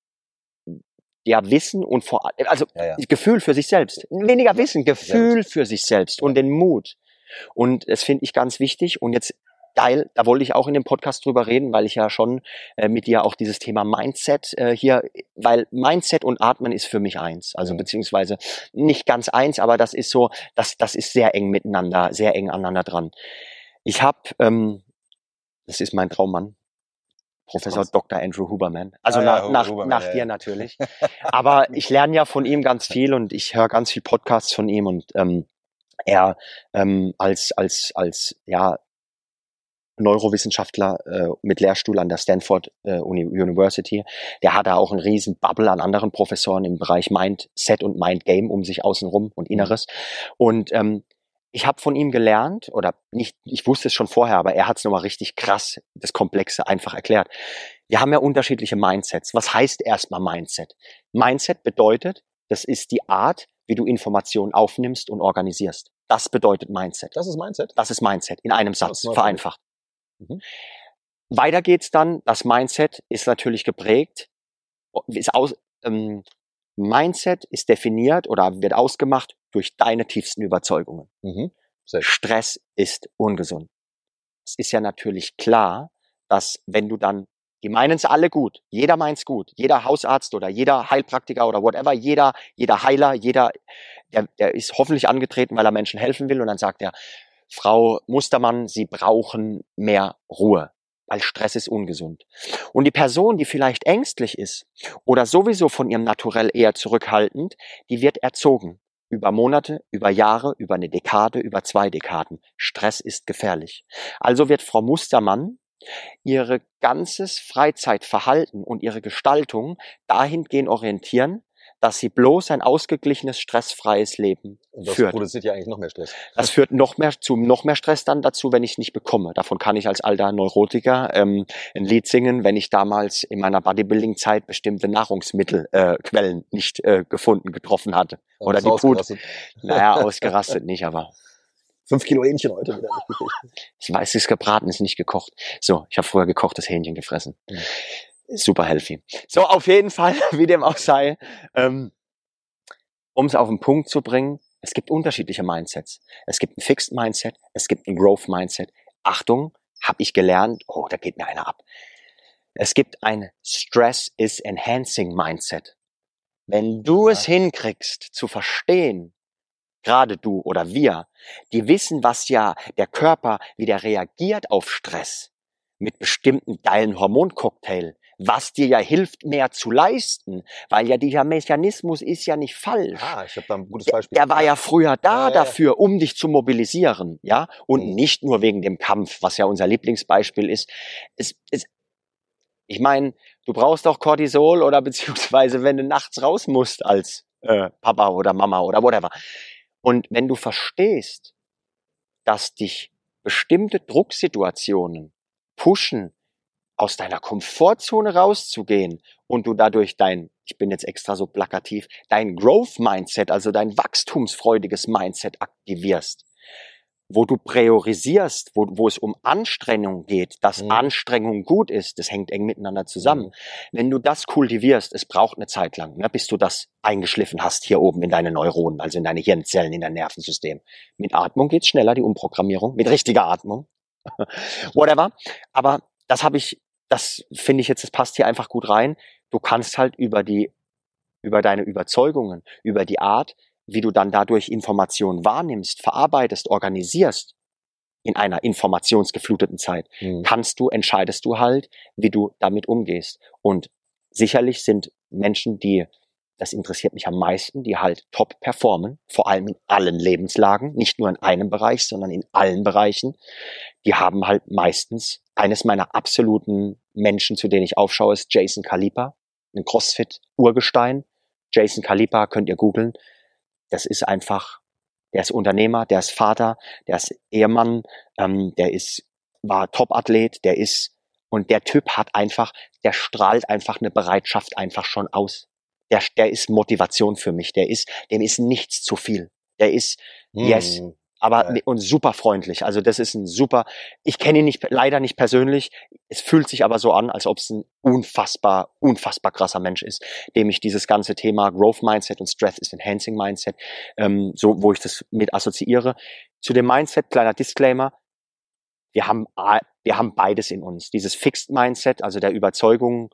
Wissen und Gefühl für sich selbst. Weniger Wissen, Gefühl für sich selbst und den Mut. Und das finde ich ganz wichtig. Und jetzt geil, da wollte ich auch in dem Podcast drüber reden, weil ich ja schon mit dir auch dieses Thema Mindset weil Mindset und Atmen ist für mich eins. Also beziehungsweise nicht ganz eins, aber das ist so, das ist sehr eng miteinander, sehr eng aneinander dran. Ich habe das ist mein Traummann, Professor Dr. Andrew Huberman. Also nach dir natürlich. Aber ich lerne ja von ihm ganz viel und ich höre ganz viel Podcasts von ihm und er als Neurowissenschaftler mit Lehrstuhl an der Stanford University, der hat da auch einen riesen Bubble an anderen Professoren im Bereich Mindset und Mindgame um sich außenrum und Inneres. Und ich habe von ihm gelernt, oder nicht, ich wusste es schon vorher, aber er hat es nochmal richtig krass, das Komplexe einfach erklärt. Wir haben ja unterschiedliche Mindsets. Was heißt erstmal Mindset? Mindset bedeutet, das ist die Art, wie du Informationen aufnimmst und organisierst. Das bedeutet Mindset. Das ist Mindset? Das ist Mindset, in einem Satz, vereinfacht. Weiter geht's dann, das Mindset ist natürlich geprägt, Mindset ist definiert oder wird ausgemacht durch deine tiefsten Überzeugungen. Stress ist ungesund. Es ist ja natürlich klar, dass wenn du dann, die meinen es alle gut, jeder meint's gut, jeder Hausarzt oder jeder Heilpraktiker oder whatever, jeder Heiler, der ist hoffentlich angetreten, weil er Menschen helfen will und dann sagt er, Frau Mustermann, Sie brauchen mehr Ruhe, weil Stress ist ungesund. Und die Person, die vielleicht ängstlich ist oder sowieso von ihrem Naturell eher zurückhaltend, die wird erzogen. Über Monate, über Jahre, über eine Dekade, über 2 Dekaden. Stress ist gefährlich. Also wird Frau Mustermann ihre ganzes Freizeitverhalten und ihre Gestaltung dahingehend orientieren, dass sie bloß ein ausgeglichenes, stressfreies Leben das führt. Produziert ja eigentlich noch mehr Stress. Das führt noch mehr Stress dann dazu, wenn ich es nicht bekomme. Davon kann ich als alter Neurotiker ein Lied singen, wenn ich damals in meiner Bodybuilding-Zeit bestimmte Nahrungsmittelquellen nicht getroffen hatte. Oder die Food. Naja, ausgerastet nicht, aber 5 Kilo Hähnchen heute wieder nicht gekriegt. Ich weiß, es ist gebraten, ist nicht gekocht. So, ich habe früher gekochtes Hähnchen gefressen. Super healthy. So, auf jeden Fall, wie dem auch sei, um es auf den Punkt zu bringen, es gibt unterschiedliche Mindsets. Es gibt ein Fixed Mindset, es gibt ein Growth Mindset. Achtung, habe ich gelernt, oh, da geht mir einer ab. Es gibt ein Stress is Enhancing Mindset. Wenn du es hinkriegst zu verstehen, gerade du oder wir, die wissen, was ja der Körper, wie der reagiert auf Stress mit bestimmten geilen Hormoncocktail, was dir ja hilft, mehr zu leisten, weil ja dieser Mechanismus ist ja nicht falsch. Ich habe da ein gutes Beispiel. Der war ja früher da dafür, um dich zu mobilisieren, ja, und nicht nur wegen dem Kampf, was ja unser Lieblingsbeispiel ist. Ich meine, du brauchst auch Cortisol oder beziehungsweise wenn du nachts raus musst als Papa oder Mama oder whatever. Und wenn du verstehst, dass dich bestimmte Drucksituationen pushen, aus deiner Komfortzone rauszugehen und du dadurch ich bin jetzt extra so plakativ, dein Growth-Mindset, also dein wachstumsfreudiges Mindset aktivierst, wo du priorisierst, wo es um Anstrengung geht, dass Anstrengung gut ist, das hängt eng miteinander zusammen. Wenn du das kultivierst, es braucht eine Zeit lang, ne, bis du das eingeschliffen hast hier oben in deine Neuronen, also in deine Hirnzellen, in dein Nervensystem. Mit Atmung geht's schneller, die Umprogrammierung, mit richtiger Atmung, whatever. Aber das finde ich jetzt, das passt hier einfach gut rein. Du kannst halt über deine Überzeugungen, über die Art, wie du dann dadurch Informationen wahrnimmst, verarbeitest, organisierst in einer informationsgefluteten Zeit, entscheidest du halt, wie du damit umgehst. Und sicherlich sind Menschen, das interessiert mich am meisten, die halt top performen, vor allem in allen Lebenslagen, nicht nur in einem Bereich, sondern in allen Bereichen. Die haben halt meistens, eines meiner absoluten Menschen, zu denen ich aufschaue, ist Jason Khalipa, ein CrossFit-Urgestein. Jason Khalipa könnt ihr googeln. Das ist einfach, der ist Unternehmer, der ist Vater, der ist Ehemann, war Top-Athlet, und der Typ der strahlt einfach eine Bereitschaft einfach schon aus. Der ist Motivation für mich, dem ist nichts zu viel. Der ist, yes, aber und super freundlich. Also das ist ich kenne ihn leider nicht persönlich. Es fühlt sich aber so an, als ob es ein unfassbar krasser Mensch ist, dem ich dieses ganze Thema Growth Mindset und Stress is Enhancing Mindset, wo ich das mit assoziiere. Zu dem Mindset, kleiner Disclaimer, wir haben beides in uns. Dieses Fixed Mindset, also der Überzeugung,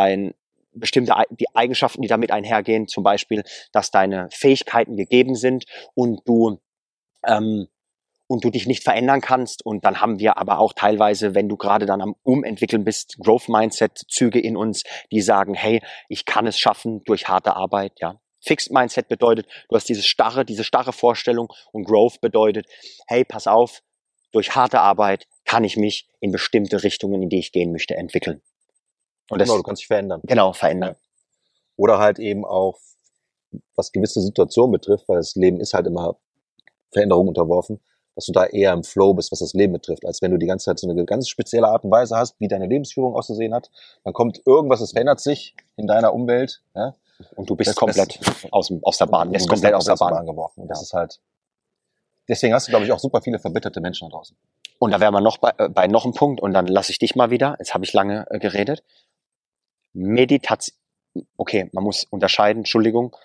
die Eigenschaften, die damit einhergehen, zum Beispiel, dass deine Fähigkeiten gegeben sind und du dich nicht verändern kannst. Und dann haben wir aber auch teilweise, wenn du gerade dann am Umentwickeln bist, Growth-Mindset-Züge in uns, die sagen, hey, ich kann es schaffen durch harte Arbeit, ja. Fixed Mindset bedeutet, du hast diese starre Vorstellung, und Growth bedeutet, hey, pass auf, durch harte Arbeit kann ich mich in bestimmte Richtungen, in die ich gehen möchte, entwickeln. Und genau, du kannst dich verändern. Genau, verändern. Oder halt eben auch, was gewisse Situationen betrifft, weil das Leben ist halt immer Veränderung unterworfen, dass du da eher im Flow bist, was das Leben betrifft, als wenn du die ganze Zeit so eine ganz spezielle Art und Weise hast, wie deine Lebensführung auszusehen hat. Dann kommt irgendwas, es verändert sich in deiner Umwelt, ja? Und du bist komplett aus der Bahn, bist komplett aus der Bahn geworfen. Und das ist halt, deswegen hast du, glaube ich, auch super viele verbitterte Menschen da draußen. Und da wären wir noch bei noch einem Punkt, und dann lasse ich dich mal wieder, jetzt habe ich lange geredet. Meditation, okay, man muss unterscheiden, Entschuldigung.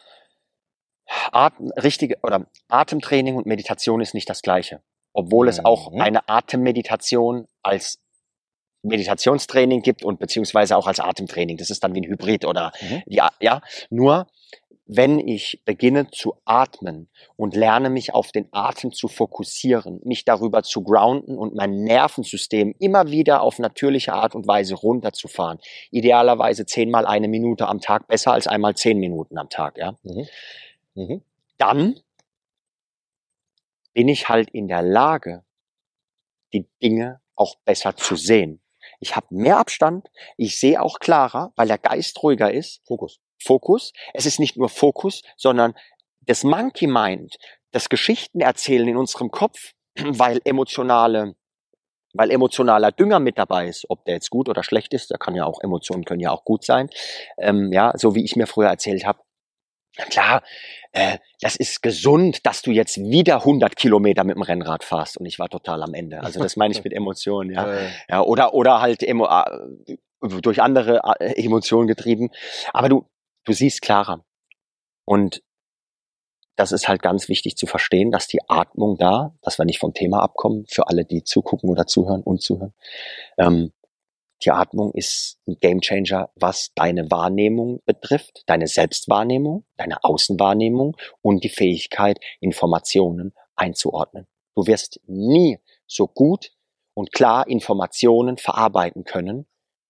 Atemtraining und Meditation ist nicht das Gleiche. Obwohl es auch eine Atemmeditation als Meditationstraining gibt und beziehungsweise auch als Atemtraining. Das ist dann wie ein Hybrid oder nur wenn ich beginne zu atmen und lerne, mich auf den Atem zu fokussieren, mich darüber zu grounden und mein Nervensystem immer wieder auf natürliche Art und Weise runterzufahren. Idealerweise 10-mal 1 Minute am Tag, besser als einmal 10 Minuten am Tag, ja. Dann bin ich halt in der Lage, die Dinge auch besser zu sehen. Ich habe mehr Abstand, ich sehe auch klarer, weil der Geist ruhiger ist. Fokus. Es ist nicht nur Fokus, sondern das Monkey Mind, das Geschichtenerzählen in unserem Kopf, weil emotionaler Dünger mit dabei ist, ob der jetzt gut oder schlecht ist, Emotionen können ja auch gut sein, so wie ich mir früher erzählt habe. Klar, das ist gesund, dass du jetzt wieder 100 Kilometer mit dem Rennrad fährst, und ich war total am Ende. Also das meine ich mit Emotionen, ja, oder halt durch andere Emotionen getrieben. Aber du siehst klarer. Und das ist halt ganz wichtig zu verstehen, dass die Atmung da, dass wir nicht vom Thema abkommen, für alle, die zugucken oder zuhören und zuhören. Die Atmung ist ein Gamechanger, was deine Wahrnehmung betrifft, deine Selbstwahrnehmung, deine Außenwahrnehmung und die Fähigkeit, Informationen einzuordnen. Du wirst nie so gut und klar Informationen verarbeiten können,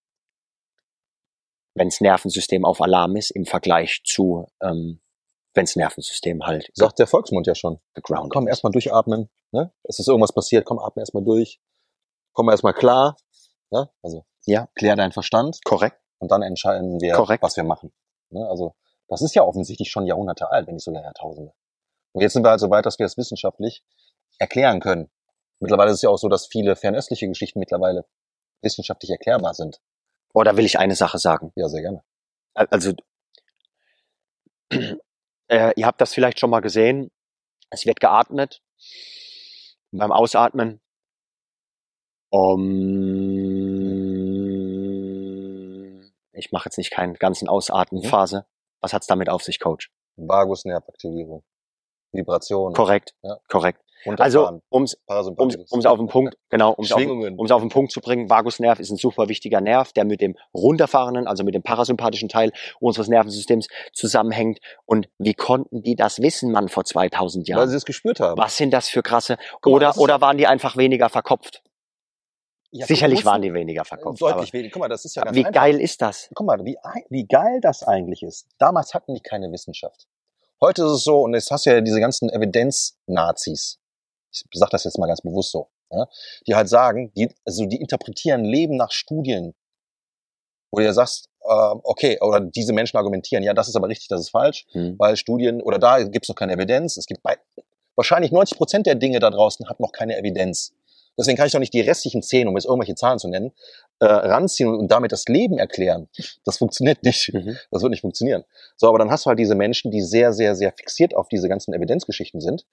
wenn das Nervensystem auf Alarm ist, im Vergleich zu, wenn das Nervensystem halt Sagt der Volksmund ja schon. gegroundet Komm, ist. erstmal durchatmen. Ne? Es ist irgendwas passiert, komm, atme erstmal durch. Komm erstmal klar. Ne? Also Ja, klär deinen Verstand korrekt. und dann entscheiden wir, Korrekt. was wir machen. Ne? Also das ist ja offensichtlich schon Jahrhunderte alt, wenn nicht sogar Jahrtausende. Und jetzt sind wir halt so weit, dass wir es wissenschaftlich erklären können. Mittlerweile ist es ja auch so, dass viele fernöstliche Geschichten mittlerweile wissenschaftlich erklärbar sind. Oder will ich eine Sache sagen? Ja, sehr gerne. Also, ihr habt das vielleicht schon mal gesehen. Es wird geatmet. Und beim Ausatmen ich mache jetzt nicht keinen ganzen Ausatmenphase. Was hat's damit auf sich, Coach? Vagusnervaktivierung, Vibration, Korrekt, Ja. korrekt. Runterfahren, Also, um's Parasympathikus. auf den Punkt, genau, Schwingungen. um's auf den Punkt zu bringen, Vagusnerv ist ein super wichtiger Nerv, der mit dem runterfahrenden, also mit dem parasympathischen Teil unseres Nervensystems zusammenhängt. Und wie konnten die das wissen, Mann, vor 2000 Weil Jahren? sie es gespürt haben. Was sind das für krasse? Guck mal, das ist Oder waren die einfach weniger verkopft? Ja, Sicherlich guck mal, waren die weniger verkopft. deutlich weniger. Guck mal, das ist ja Aber ganz wie einfach. geil ist das? Guck mal, wie geil das eigentlich ist. Damals hatten die keine Wissenschaft. Heute ist es so, und jetzt hast du ja diese ganzen Evidenz-Nazis. Ich sag das jetzt mal ganz bewusst so. Ja, die halt sagen, die interpretieren Leben nach Studien. Wo du ja sagst, okay, oder diese Menschen argumentieren, ja, das ist aber richtig, das ist falsch, weil Studien, oder da gibt's noch keine Evidenz. Es gibt wahrscheinlich 90% der Dinge da draußen hat noch keine Evidenz. Deswegen kann ich doch nicht die restlichen 10, um jetzt irgendwelche Zahlen zu nennen, ranziehen und damit das Leben erklären. Das funktioniert nicht. Das wird nicht funktionieren. So, aber dann hast du halt diese Menschen, die sehr, sehr, sehr fixiert auf diese ganzen Evidenzgeschichten sind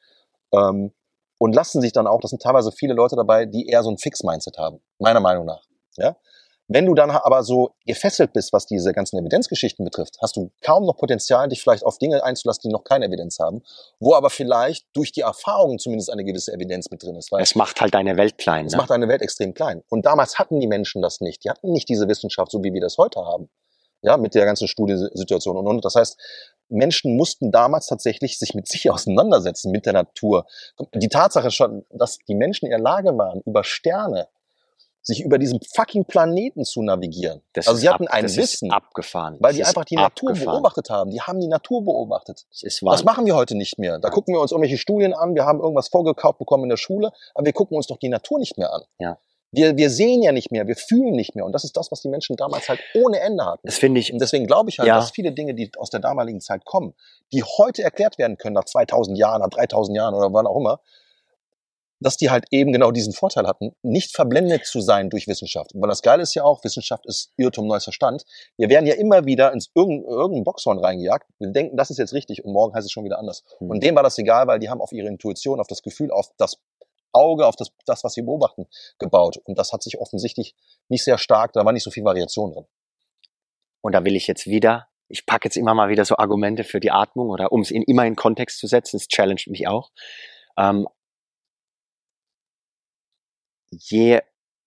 und lassen sich dann auch, das sind teilweise viele Leute dabei, die eher so ein Fix-Mindset haben, meiner Meinung nach. Ja? Wenn du dann aber so gefesselt bist, was diese ganzen Evidenzgeschichten betrifft, hast du kaum noch Potenzial, dich vielleicht auf Dinge einzulassen, die noch keine Evidenz haben, wo aber vielleicht durch die Erfahrung zumindest eine gewisse Evidenz mit drin ist. Weil Es macht halt deine Welt klein. es Ne? macht deine Welt extrem klein. Und damals hatten die Menschen das nicht. Die hatten nicht diese Wissenschaft, so wie wir das heute haben. Ja, mit der ganzen Studiensituation und. Das heißt, Menschen mussten damals tatsächlich sich mit sich auseinandersetzen, mit der Natur. Die Tatsache schon, dass die Menschen in der Lage waren, über Sterne sich über diesen fucking Planeten zu navigieren. Also sie hatten ein Wissen, abgefahren. weil die einfach die Natur beobachtet haben. Die haben die Natur beobachtet. Das machen wir heute nicht mehr. Da gucken wir uns irgendwelche Studien an, wir haben irgendwas vorgekauft bekommen in der Schule, aber wir gucken uns doch die Natur nicht mehr an. Ja. Wir sehen ja nicht mehr, wir fühlen nicht mehr. Und das ist das, was die Menschen damals halt ohne Ende hatten. Das finde ich. Und deswegen glaube ich halt, dass viele Dinge, die aus der damaligen Zeit kommen, die heute erklärt werden können, nach 2000 Jahren, nach 3000 Jahren oder wann auch immer, dass die halt eben genau diesen Vorteil hatten, nicht verblendet zu sein durch Wissenschaft. Weil das Geile ist ja auch, Wissenschaft ist Irrtum, neues Verstand. Wir werden ja immer wieder ins irgendein Boxhorn reingejagt. Wir denken, das ist jetzt richtig und morgen heißt es schon wieder anders. Und denen war das egal, weil die haben auf ihre Intuition, auf das Gefühl, auf das Auge, auf das, was sie beobachten, gebaut. Und das hat sich offensichtlich nicht sehr stark, da war nicht so viel Variation drin. Und da will ich jetzt wieder, ich packe jetzt immer mal wieder so Argumente für die Atmung oder um es immer in Kontext zu setzen, es challenged mich auch. Je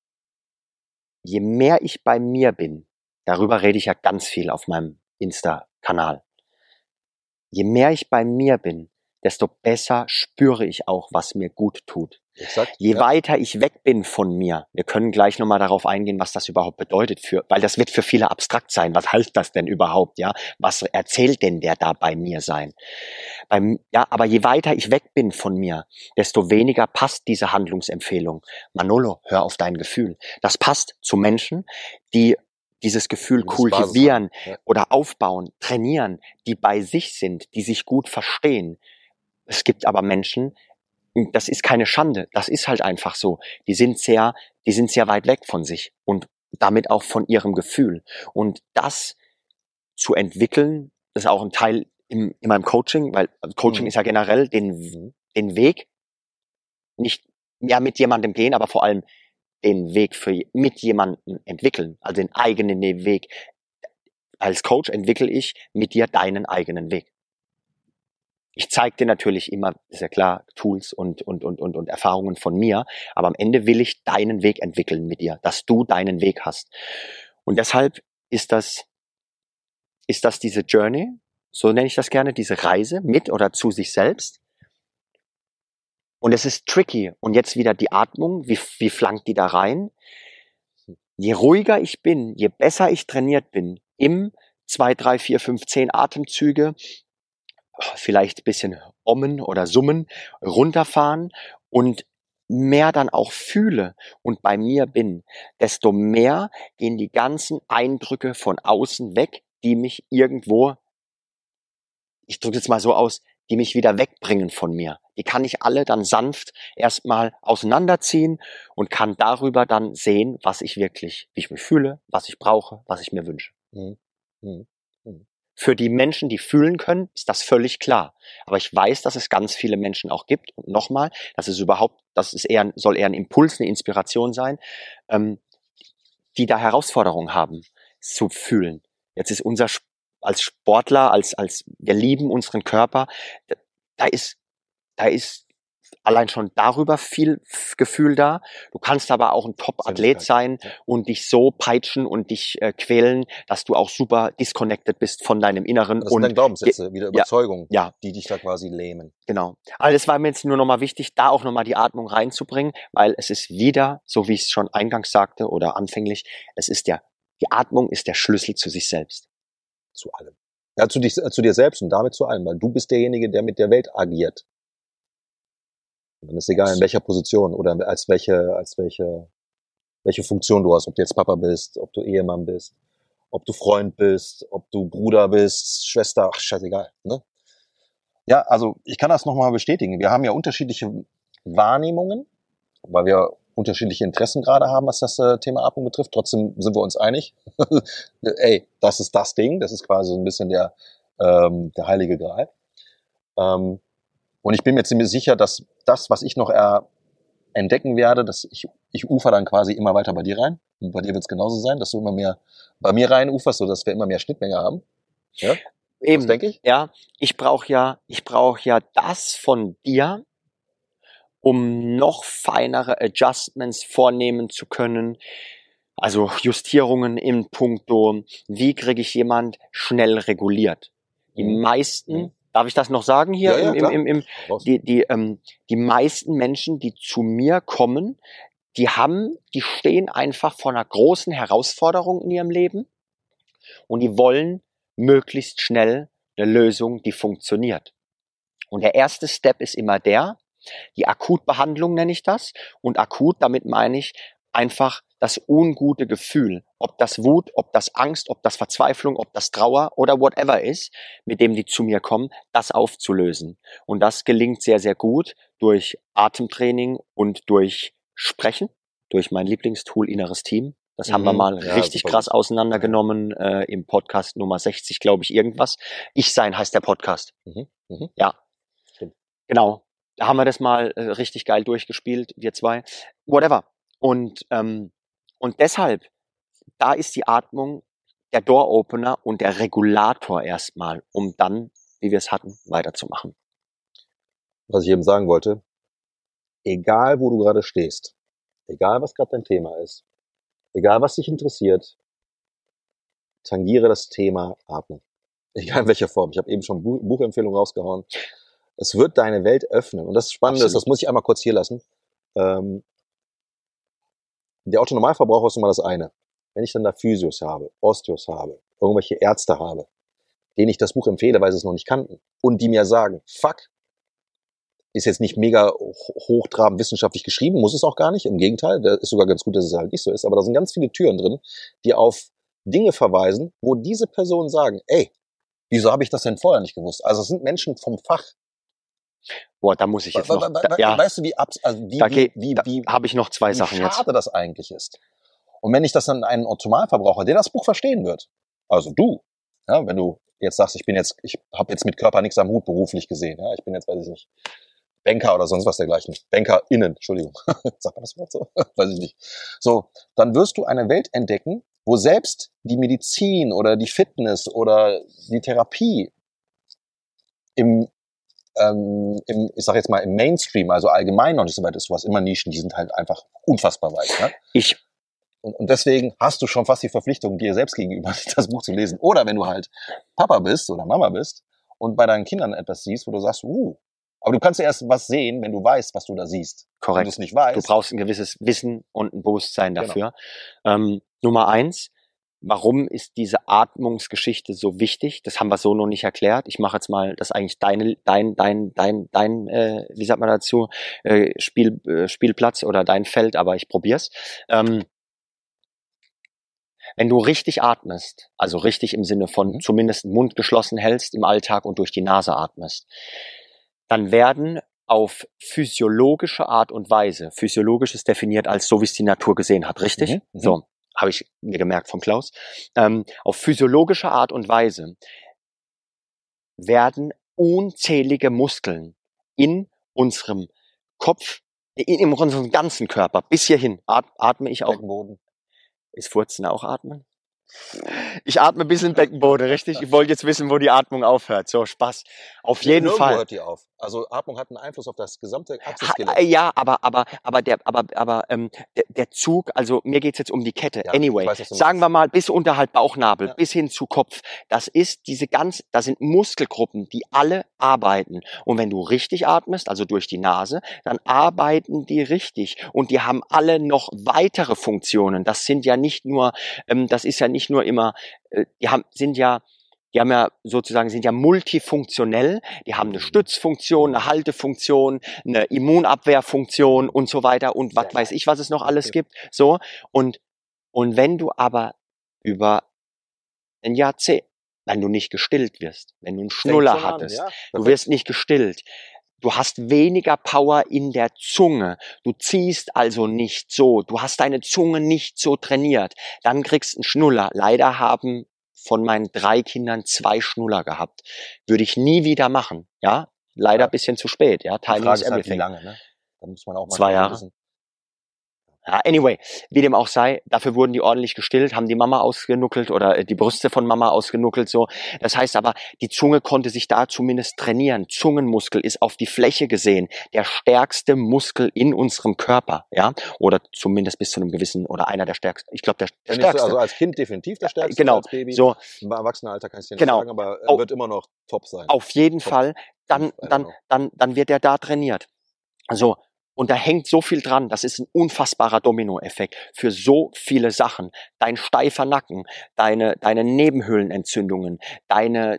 mehr ich bei mir bin, darüber rede ich ja ganz viel auf meinem Insta-Kanal. Je mehr ich bei mir bin, desto besser spüre ich auch, was mir gut tut. Exakt, Je weiter ich weg bin von mir, wir können gleich nochmal darauf eingehen, was das überhaupt bedeutet, weil das wird für viele abstrakt sein. Was heißt das denn überhaupt, ja? Was erzählt denn der da bei mir sein? Aber je weiter ich weg bin von mir, desto weniger passt diese Handlungsempfehlung. Manolo, hör auf dein Gefühl. Das passt zu Menschen, die dieses Gefühl kultivieren oder aufbauen, trainieren, die bei sich sind, die sich gut verstehen. Es gibt aber Menschen, das ist keine Schande, das ist halt einfach so. Die sind sehr weit weg von sich und damit auch von ihrem Gefühl. Und das zu entwickeln, das ist auch ein Teil in meinem Coaching, weil Coaching ist ja generell den Weg nicht mit jemandem gehen, aber vor allem den Weg mit jemandem entwickeln, also den eigenen Weg. Als Coach entwickle ich mit dir deinen eigenen Weg. Ich zeige dir natürlich immer, ist ja klar, Tools und Erfahrungen von mir, aber am Ende will ich deinen Weg entwickeln mit dir, dass du deinen Weg hast. Und deshalb ist das diese Journey, so nenne ich das gerne, diese Reise mit oder zu sich selbst. Und es ist tricky. Und jetzt wieder die Atmung, wie flankt die da rein? Je ruhiger ich bin, je besser ich trainiert bin, im 2, 3, 4, 5, 10 Atemzüge, vielleicht ein bisschen ommen oder summen, runterfahren und mehr dann auch fühle und bei mir bin, desto mehr gehen die ganzen Eindrücke von außen weg, die mich irgendwo, ich drücke es mal so aus, die mich wieder wegbringen von mir. Die kann ich alle dann sanft erstmal auseinanderziehen und kann darüber dann sehen, was ich wirklich, wie ich mich fühle, was ich brauche, was ich mir wünsche. Mhm. Mhm. Mhm. Für die Menschen, die fühlen können, ist das völlig klar. Aber ich weiß, dass es ganz viele Menschen auch gibt. Und nochmal, soll eher ein Impuls, eine Inspiration sein, die da Herausforderungen haben, zu fühlen. Jetzt ist als Sportler, wir lieben unseren Körper, da ist allein schon darüber viel Gefühl da. Du kannst aber auch ein Top-Athlet sein und dich so peitschen und dich quälen, dass du auch super disconnected bist von deinem Inneren. Das sind dann Glaubenssätze, wieder Überzeugungen, ja, die dich da quasi lähmen. Genau. Also es war mir jetzt nur nochmal wichtig, da auch nochmal die Atmung reinzubringen, weil es ist wieder, so wie ich es schon eingangs sagte oder anfänglich, die Atmung ist der Schlüssel zu sich selbst. Zu allem. Ja, zu dir selbst und damit zu allem, weil du bist derjenige, der mit der Welt agiert. Und dann ist egal, in welcher Position oder als welche Funktion du hast, ob du jetzt Papa bist, ob du Ehemann bist, ob du Freund bist, ob du Bruder bist, Schwester, ach, scheißegal, ne? Ja, also ich kann das nochmal bestätigen. Wir haben ja unterschiedliche Wahrnehmungen, weil wir unterschiedliche Interessen gerade haben, was das Thema Atmung betrifft. Trotzdem sind wir uns einig. Ey, das ist das Ding. Das ist quasi so ein bisschen der heilige Gral. Und ich bin mir ziemlich sicher, dass das, was ich noch entdecken werde, dass ich ufer dann quasi immer weiter bei dir rein. Und bei dir wird es genauso sein, dass du immer mehr bei mir rein uferst, sodass wir immer mehr Schnittmenge haben. Ja? Eben, das denke ich. Ja, ich brauche ja das von dir, um noch feinere Adjustments vornehmen zu können. Also Justierungen in puncto, wie kriege ich jemand schnell reguliert? Die meisten, darf ich das noch sagen hier? Ja, die meisten Menschen, die zu mir kommen, die stehen einfach vor einer großen Herausforderung in ihrem Leben und die wollen möglichst schnell eine Lösung, die funktioniert. Und der erste Step ist immer die Akutbehandlung nenne ich das. Und akut, damit meine ich einfach das ungute Gefühl, ob das Wut, ob das Angst, ob das Verzweiflung, ob das Trauer oder whatever ist, mit dem die zu mir kommen, das aufzulösen. Und das gelingt sehr, sehr gut durch Atemtraining und durch Sprechen, durch mein Lieblingstool Inneres Team. Das haben wir mal richtig krass auseinandergenommen im Podcast Nummer 60, glaube ich, irgendwas. Ich sein heißt der Podcast. Ja, stimmt. Genau. Da haben wir das mal richtig geil durchgespielt, wir zwei. Whatever. Und deshalb, da ist die Atmung der Door-Opener und der Regulator erstmal, um dann, wie wir es hatten, weiterzumachen. Was ich eben sagen wollte, egal wo du gerade stehst, egal was gerade dein Thema ist, egal was dich interessiert, tangiere das Thema Atmung. Egal in welcher Form. Ich habe eben schon Buchempfehlungen rausgehauen. Es wird deine Welt öffnen. Und das Spannende ist, das muss ich einmal kurz hier lassen. Der Otto-Normalverbraucher ist immer das eine. Wenn ich dann da Physios habe, Osteos habe, irgendwelche Ärzte habe, denen ich das Buch empfehle, weil sie es noch nicht kannten, und die mir sagen, fuck, ist jetzt nicht mega hochtrabend wissenschaftlich geschrieben, muss es auch gar nicht, im Gegenteil, da ist sogar ganz gut, dass es halt nicht so ist, aber da sind ganz viele Türen drin, die auf Dinge verweisen, wo diese Personen sagen, ey, wieso habe ich das denn vorher nicht gewusst? Also es sind Menschen vom Fach. Boah, da muss ich jetzt noch... Weißt du, wie habe ich noch zwei Sachen jetzt. Wie schade das eigentlich ist. Und wenn ich das dann einen Otto-Normalverbraucher, der das Buch verstehen wird, also du, ja, wenn du jetzt sagst, ich habe jetzt mit Körper nichts am Hut beruflich gesehen, ja, ich bin jetzt, weiß ich nicht, Banker oder sonst was dergleichen. BankerInnen, Entschuldigung. Sagt man das Wort so? Weiß ich nicht. So, dann wirst du eine Welt entdecken, wo selbst die Medizin oder die Fitness oder die Therapie im ich sag jetzt mal im Mainstream, also allgemein noch nicht so weit ist. Du hast immer Nischen, die sind halt einfach unfassbar weit. Ne? Und deswegen hast du schon fast die Verpflichtung, dir selbst gegenüber das Buch zu lesen. Oder wenn du halt Papa bist oder Mama bist und bei deinen Kindern etwas siehst, wo du sagst, aber du kannst ja erst was sehen, wenn du weißt, was du da siehst. Korrekt. Wenn du es nicht weißt. Du brauchst ein gewisses Wissen und ein Bewusstsein dafür. Genau. Nummer 1, warum ist diese Atmungsgeschichte so wichtig? Das haben wir so noch nicht erklärt. Ich mache jetzt mal das eigentlich dein, wie sagt man dazu, Spielplatz oder dein Feld, aber ich probier's. Wenn du richtig atmest, also richtig im Sinne von zumindest den Mund geschlossen hältst im Alltag und durch die Nase atmest, dann werden auf physiologische Art und Weise, physiologisch ist definiert als so, wie es die Natur gesehen hat, richtig? So, habe ich mir gemerkt vom Klaus. Auf physiologische Art und Weise werden unzählige Muskeln in unserem Kopf, in unserem ganzen Körper, bis hierhin, atme ich auch. Beckenboden. Ist Furzen auch atmen? Ich atme bis in den Beckenboden, richtig? Ich wollte jetzt wissen, wo die Atmung aufhört. So, Spaß. Auf jeden Nirgendwo Fall. hört die auf. Also Atmung hat einen Einfluss auf das gesamte Achsenskelett. Ja, aber der Zug, also mir geht's jetzt um die Kette. Ja, anyway, weiß, sagen wir mal bis unterhalb Bauchnabel, bis hin zu Kopf. Das ist das sind Muskelgruppen, die alle arbeiten. Und wenn du richtig atmest, also durch die Nase, dann arbeiten die richtig. Und die haben alle noch weitere Funktionen. Das sind ja nicht nur, das ist ja nicht nur immer, sind ja multifunktionell, die haben eine Stützfunktion, eine Haltefunktion, eine Immunabwehrfunktion und so weiter und was weiß ich, was es noch alles gibt. So, und wenn du aber über ein Jahrzehnt, wenn du nicht gestillt wirst, wenn du einen Schnuller hattest, du wirst nicht gestillt, du hast weniger Power in der Zunge, du ziehst also nicht so, du hast deine Zunge nicht so trainiert, dann kriegst du einen Schnuller. Leider haben von meinen 3 Kindern 2 Schnuller gehabt. Würde ich nie wieder machen, ja? Leider ein bisschen zu spät, ja? Timing is everything. Halt wie lange, ne? Da muss man auch mal 2 Jahre. Wissen. Ja, anyway, wie dem auch sei, dafür wurden die ordentlich gestillt, haben die Mama ausgenuckelt oder die Brüste von Mama ausgenuckelt, so. Das heißt aber, die Zunge konnte sich da zumindest trainieren. Zungenmuskel ist auf die Fläche gesehen der stärkste Muskel in unserem Körper, ja? Oder zumindest bis zu einem gewissen, oder einer der stärksten, ich glaube, der stärkste. Also als Kind definitiv der stärkste, genau, als Baby. So. Im Erwachsenenalter kann ich dir nicht sagen, aber er wird immer noch top sein. Auf jeden Fall, dann wird er da trainiert. Also, und da hängt so viel dran, das ist ein unfassbarer Dominoeffekt für so viele Sachen. Dein steifer Nacken, deine Nebenhöhlenentzündungen, dein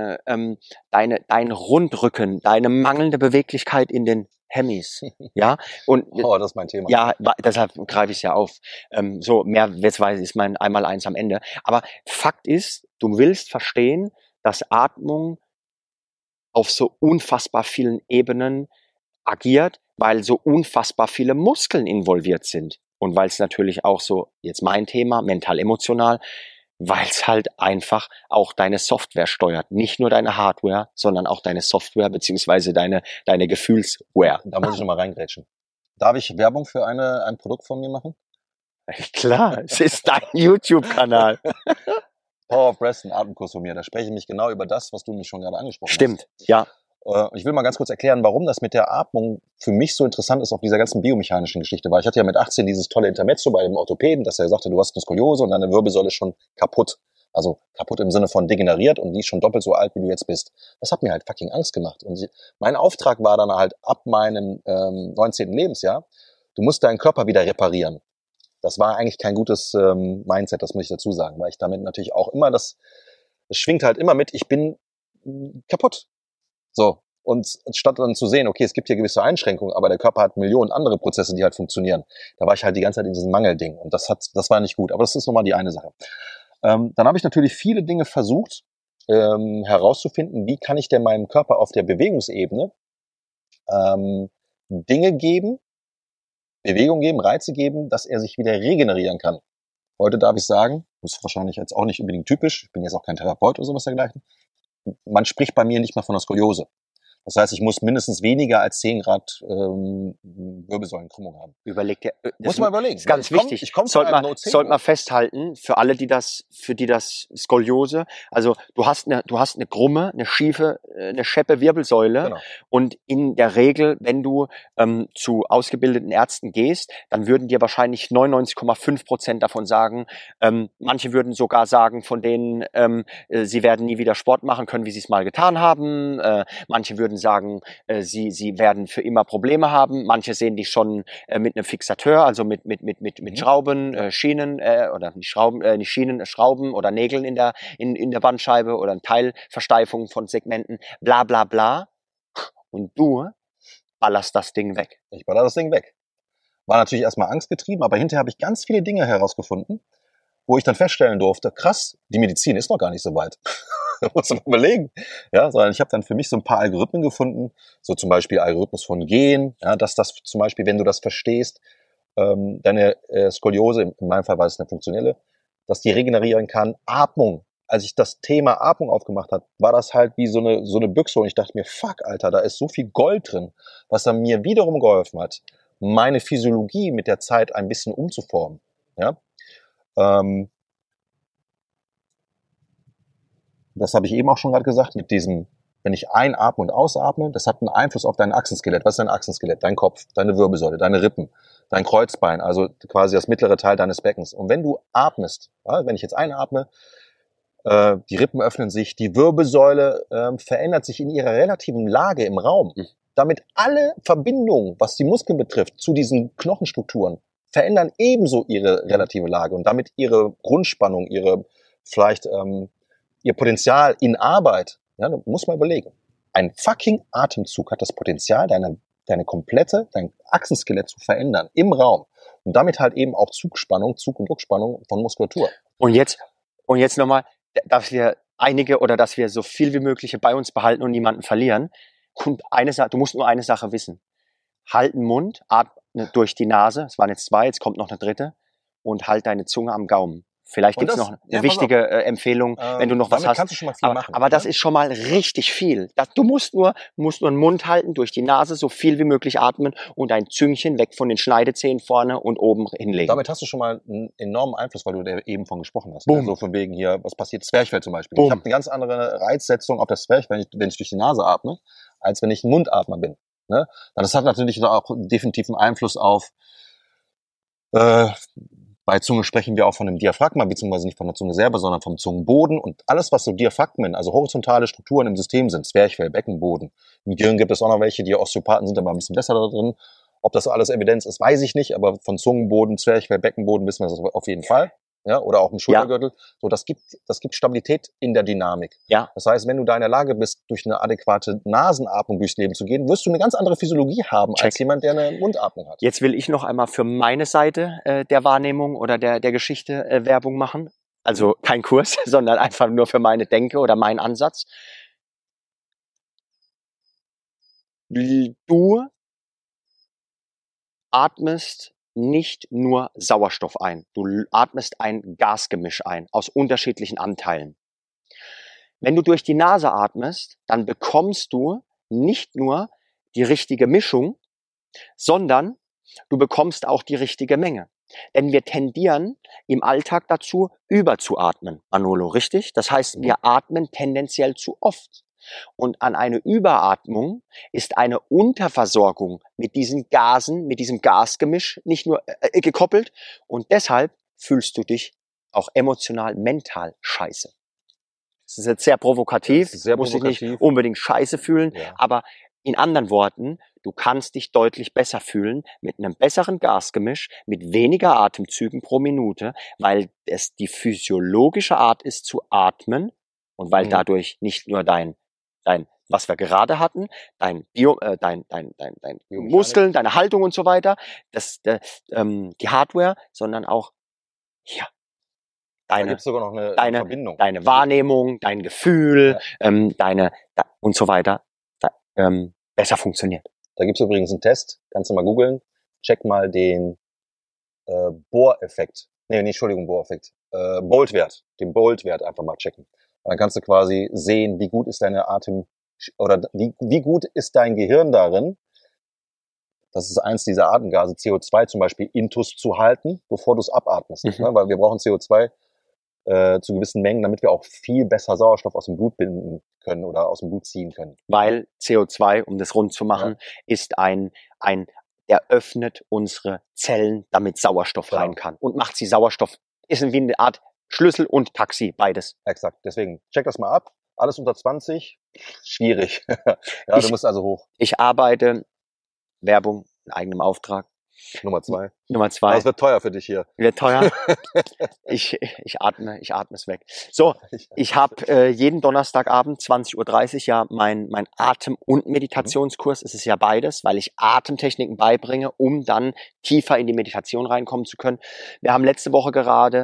Rundrücken, deine mangelnde Beweglichkeit in den Hemmis, ja. Und das ist mein Thema. Ja, deshalb greife ich es ja auf. So, mehr jetzt weiß ich, ist mein Einmaleins am Ende. Aber Fakt ist, du willst verstehen, dass Atmung auf so unfassbar vielen Ebenen agiert, weil so unfassbar viele Muskeln involviert sind. Und weil es natürlich auch so, jetzt mein Thema, mental-emotional, weil es halt einfach auch deine Software steuert. Nicht nur deine Hardware, sondern auch deine Software beziehungsweise deine Gefühlsware. Da muss ich nochmal reingrätschen. Darf ich Werbung für ein Produkt von mir machen? Klar, es ist dein YouTube-Kanal. Power of Breath, ein Atemkurs von mir. Da spreche ich mich genau über das, was du mich schon gerade angesprochen hast. Stimmt, ja. Ich will mal ganz kurz erklären, warum das mit der Atmung für mich so interessant ist auf dieser ganzen biomechanischen Geschichte. Weil ich hatte ja mit 18 dieses tolle Intermezzo bei dem Orthopäden, dass er sagte, du hast eine Skoliose und deine Wirbelsäule ist schon kaputt. Also kaputt im Sinne von degeneriert und die ist schon doppelt so alt, wie du jetzt bist. Das hat mir halt fucking Angst gemacht. Und mein Auftrag war dann halt ab meinem 19. Lebensjahr, du musst deinen Körper wieder reparieren. Das war eigentlich kein gutes Mindset, das muss ich dazu sagen, weil ich damit natürlich auch immer es schwingt halt immer mit, ich bin kaputt. So, und statt dann zu sehen, okay, es gibt hier gewisse Einschränkungen, aber der Körper hat Millionen andere Prozesse, die halt funktionieren. Da war ich halt die ganze Zeit in diesem Mangelding und das war nicht gut, aber das ist nochmal die eine Sache. Dann habe ich natürlich viele Dinge versucht herauszufinden, wie kann ich denn meinem Körper auf der Bewegungsebene Dinge geben, Bewegung geben, Reize geben, dass er sich wieder regenerieren kann. Heute darf ich sagen, das ist wahrscheinlich jetzt auch nicht unbedingt typisch, ich bin jetzt auch kein Therapeut oder sowas dergleichen, man spricht bei mir nicht mal von einer Skoliose. Das heißt, ich muss mindestens weniger als 10 Grad Wirbelsäulenkrümmung haben. Überleg dir, Muss man überlegen. ist ganz wichtig. Ich komm sollte man festhalten, für alle, für die das Skoliose, also du hast eine krumme, eine schiefe, eine scheppe Wirbelsäule, Genau. und in der Regel, wenn du zu ausgebildeten Ärzten gehst, dann würden dir wahrscheinlich 99,5% davon sagen, manche würden sogar sagen von denen, sie werden nie wieder Sport machen können, wie sie es mal getan haben. Manche würden sagen, sie werden für immer Probleme haben. Manche sehen dich schon mit einem Fixateur, also mit Schrauben, Schienen, oder nicht Schrauben, nicht Schienen, Schrauben oder Nägeln in der Bandscheibe oder eine Teilversteifung von Segmenten, bla bla bla. Und du ballerst das Ding weg. Ich baller das Ding weg. War natürlich erstmal angstgetrieben, aber hinterher habe ich ganz viele Dinge herausgefunden, wo ich dann feststellen durfte, krass, die Medizin ist noch gar nicht so weit. Da muss man überlegen. Ja, sondern ich habe dann für mich so ein paar Algorithmen gefunden, so zum Beispiel Algorithmus von Gen, ja, dass das zum Beispiel, wenn du das verstehst, deine Skoliose, in meinem Fall war es eine funktionelle, dass die regenerieren kann. Atmung. Als ich das Thema Atmung aufgemacht habe, war das halt wie so eine Büchse, und ich dachte mir, fuck, Alter, da ist so viel Gold drin, was dann mir wiederum geholfen hat, meine Physiologie mit der Zeit ein bisschen umzuformen. Ja? Das habe ich eben auch schon gerade gesagt, mit diesem, wenn ich einatme und ausatme, das hat einen Einfluss auf dein Achsenskelett. Was ist dein Achsenskelett? Dein Kopf, deine Wirbelsäule, deine Rippen, dein Kreuzbein, also quasi das mittlere Teil deines Beckens. Und wenn du atmest, ja, wenn ich jetzt einatme, die Rippen öffnen sich, die Wirbelsäule verändert sich in ihrer relativen Lage im Raum. Damit alle Verbindungen, was die Muskeln betrifft, zu diesen Knochenstrukturen, verändern ebenso ihre relative Lage und damit ihre Grundspannung, ihre vielleicht ihr Potenzial in Arbeit. Ja, da muss man überlegen. Ein fucking Atemzug hat das Potenzial, dein Achsenskelett zu verändern im Raum und damit halt eben auch Zug- und Druckspannung von Muskulatur. Und jetzt nochmal, dass wir dass wir so viel wie möglich bei uns behalten und niemanden verlieren. Und du musst nur eine Sache wissen. Halt den Mund, atme durch die Nase, es waren jetzt 2, jetzt kommt noch eine dritte, und halt deine Zunge am Gaumen. Vielleicht gibt's noch eine wichtige Empfehlung, wenn du noch was hast. Kannst du schon mal viel machen, aber das ist schon mal richtig viel. Du musst nur den Mund halten, durch die Nase so viel wie möglich atmen und ein Züngchen weg von den Schneidezähnen vorne und oben hinlegen. Damit hast du schon mal einen enormen Einfluss, weil du da eben von gesprochen hast. Boom. So von wegen hier, was passiert? Zwerchfell zum Beispiel. Boom. Ich habe eine ganz andere Reizsetzung auf das Zwerchfell, wenn ich durch die Nase atme, als wenn ich ein Mundatmer bin. Ne? Das hat natürlich auch definitiv einen Einfluss auf bei Zunge sprechen wir auch von einem Diaphragma, beziehungsweise nicht von der Zunge selber, sondern vom Zungenboden. Und alles, was so Diaphragmen, also horizontale Strukturen im System sind, Zwerchfell, Beckenboden. Im Gehirn gibt es auch noch welche, die Osteopathen sind aber ein bisschen besser da drin. Ob das alles Evidenz ist, weiß ich nicht, aber von Zungenboden, Zwerchfell, Beckenboden wissen wir das auf jeden Fall. Ja, oder auch im Schultergürtel. Ja. So, das gibt Stabilität in der Dynamik. Ja. Das heißt, wenn du da in der Lage bist, durch eine adäquate Nasenatmung durchs Leben zu gehen, wirst du eine ganz andere Physiologie haben, als jemand, der eine Mundatmung hat. Jetzt will ich noch einmal für meine Seite der Wahrnehmung oder der Geschichte Werbung machen. Also kein Kurs, sondern einfach nur für meine Denke oder meinen Ansatz. Du atmest nicht nur Sauerstoff ein, du atmest ein Gasgemisch ein aus unterschiedlichen Anteilen. Wenn du durch die Nase atmest, dann bekommst du nicht nur die richtige Mischung, sondern du bekommst auch die richtige Menge. Denn wir tendieren im Alltag dazu, überzuatmen, Manolo, richtig? Das heißt, wir atmen tendenziell zu oft. Und an eine Überatmung ist eine Unterversorgung mit diesen Gasen, mit diesem Gasgemisch nicht nur gekoppelt. Und deshalb fühlst du dich auch emotional, mental scheiße. Das ist jetzt sehr provokativ, muss dich nicht unbedingt scheiße fühlen, ja. Aber in anderen Worten, du kannst dich deutlich besser fühlen mit einem besseren Gasgemisch, mit weniger Atemzügen pro Minute, weil es die physiologische Art ist zu atmen und weil dadurch nicht nur dein, was wir gerade hatten, dein Muskeln, deine Haltung und so weiter, die Hardware, sondern auch da gibt's sogar noch eine Verbindung. Deine Wahrnehmung, dein Gefühl, und so weiter, besser funktioniert. Da gibt's übrigens einen Test, kannst du mal googeln. Check mal den Bohr-Effekt. Bohr-Effekt. Bolt-Wert. Den Bolt-Wert einfach mal checken. Und dann kannst du quasi sehen, wie gut ist deine oder wie gut ist dein Gehirn darin, das ist eins dieser Atemgase, CO2 zum Beispiel, intus zu halten, bevor du es abatmest. Mhm. Ne? Weil wir brauchen CO2 zu gewissen Mengen, damit wir auch viel besser Sauerstoff aus dem Blut binden können oder aus dem Blut ziehen können. Weil CO2, um das rund zu machen, ist der öffnet unsere Zellen, damit Sauerstoff rein kann und macht sie Sauerstoff, ist wie eine Art Schlüssel und Taxi, beides. Exakt, deswegen check das mal ab. Alles unter 20, schwierig. Du musst also hoch. Ich arbeite, Werbung, in eigenem Auftrag. Nummer 2. Aber es wird teuer für dich hier. Wird teuer. Ich atme es weg. So, ich habe jeden Donnerstagabend 20:30 Uhr ja mein Atem- und Meditationskurs. Es ist ja beides, weil ich Atemtechniken beibringe, um dann tiefer in die Meditation reinkommen zu können. Wir haben letzte Woche gerade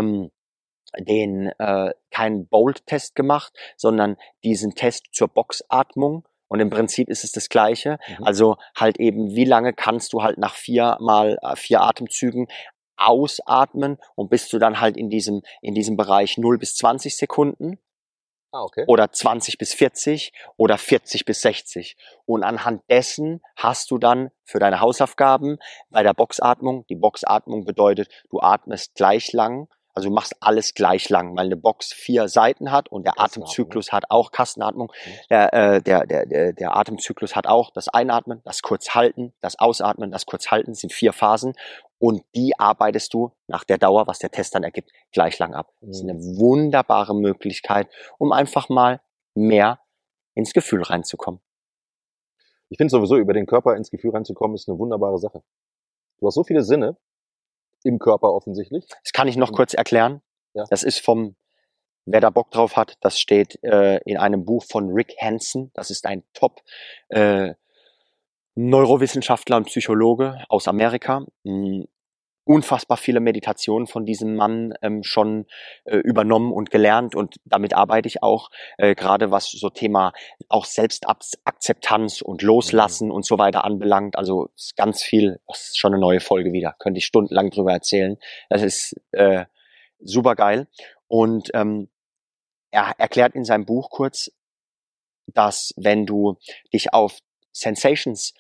keinen Bolt-Test gemacht, sondern diesen Test zur Boxatmung. Und im Prinzip ist es das Gleiche. Also halt eben, wie lange kannst du halt nach 4 Atemzügen ausatmen und bist du dann halt in diesem Bereich 0 bis 20 Sekunden. Okay. Oder 20 bis 40 oder 40 bis 60. Und anhand dessen hast du dann für deine Hausaufgaben bei der Boxatmung, die Boxatmung bedeutet, du atmest gleich lang. Also du machst alles gleich lang, weil eine Box 4 Seiten hat und der Atemzyklus hat auch Kastenatmung. Der Atemzyklus hat auch das Einatmen, das Kurzhalten, das Ausatmen, das Kurzhalten, sind 4 Phasen. Und die arbeitest du nach der Dauer, was der Test dann ergibt, gleich lang ab. Das ist eine wunderbare Möglichkeit, um einfach mal mehr ins Gefühl reinzukommen. Ich finde sowieso, über den Körper ins Gefühl reinzukommen, ist eine wunderbare Sache. Du hast so viele Sinne im Körper offensichtlich. Das kann ich noch kurz erklären. Ja. Das ist wer da Bock drauf hat, das steht in einem Buch von Rick Hanson. Das ist ein Top Neurowissenschaftler und Psychologe aus Amerika. Unfassbar viele Meditationen von diesem Mann schon übernommen und gelernt, und damit arbeite ich auch, gerade was so Thema auch Selbstakzeptanz und Loslassen und so weiter anbelangt. Also ist ganz viel, das ist schon eine neue Folge wieder, könnte ich stundenlang drüber erzählen. Das ist super geil. Und er erklärt in seinem Buch kurz, dass wenn du dich auf Sensations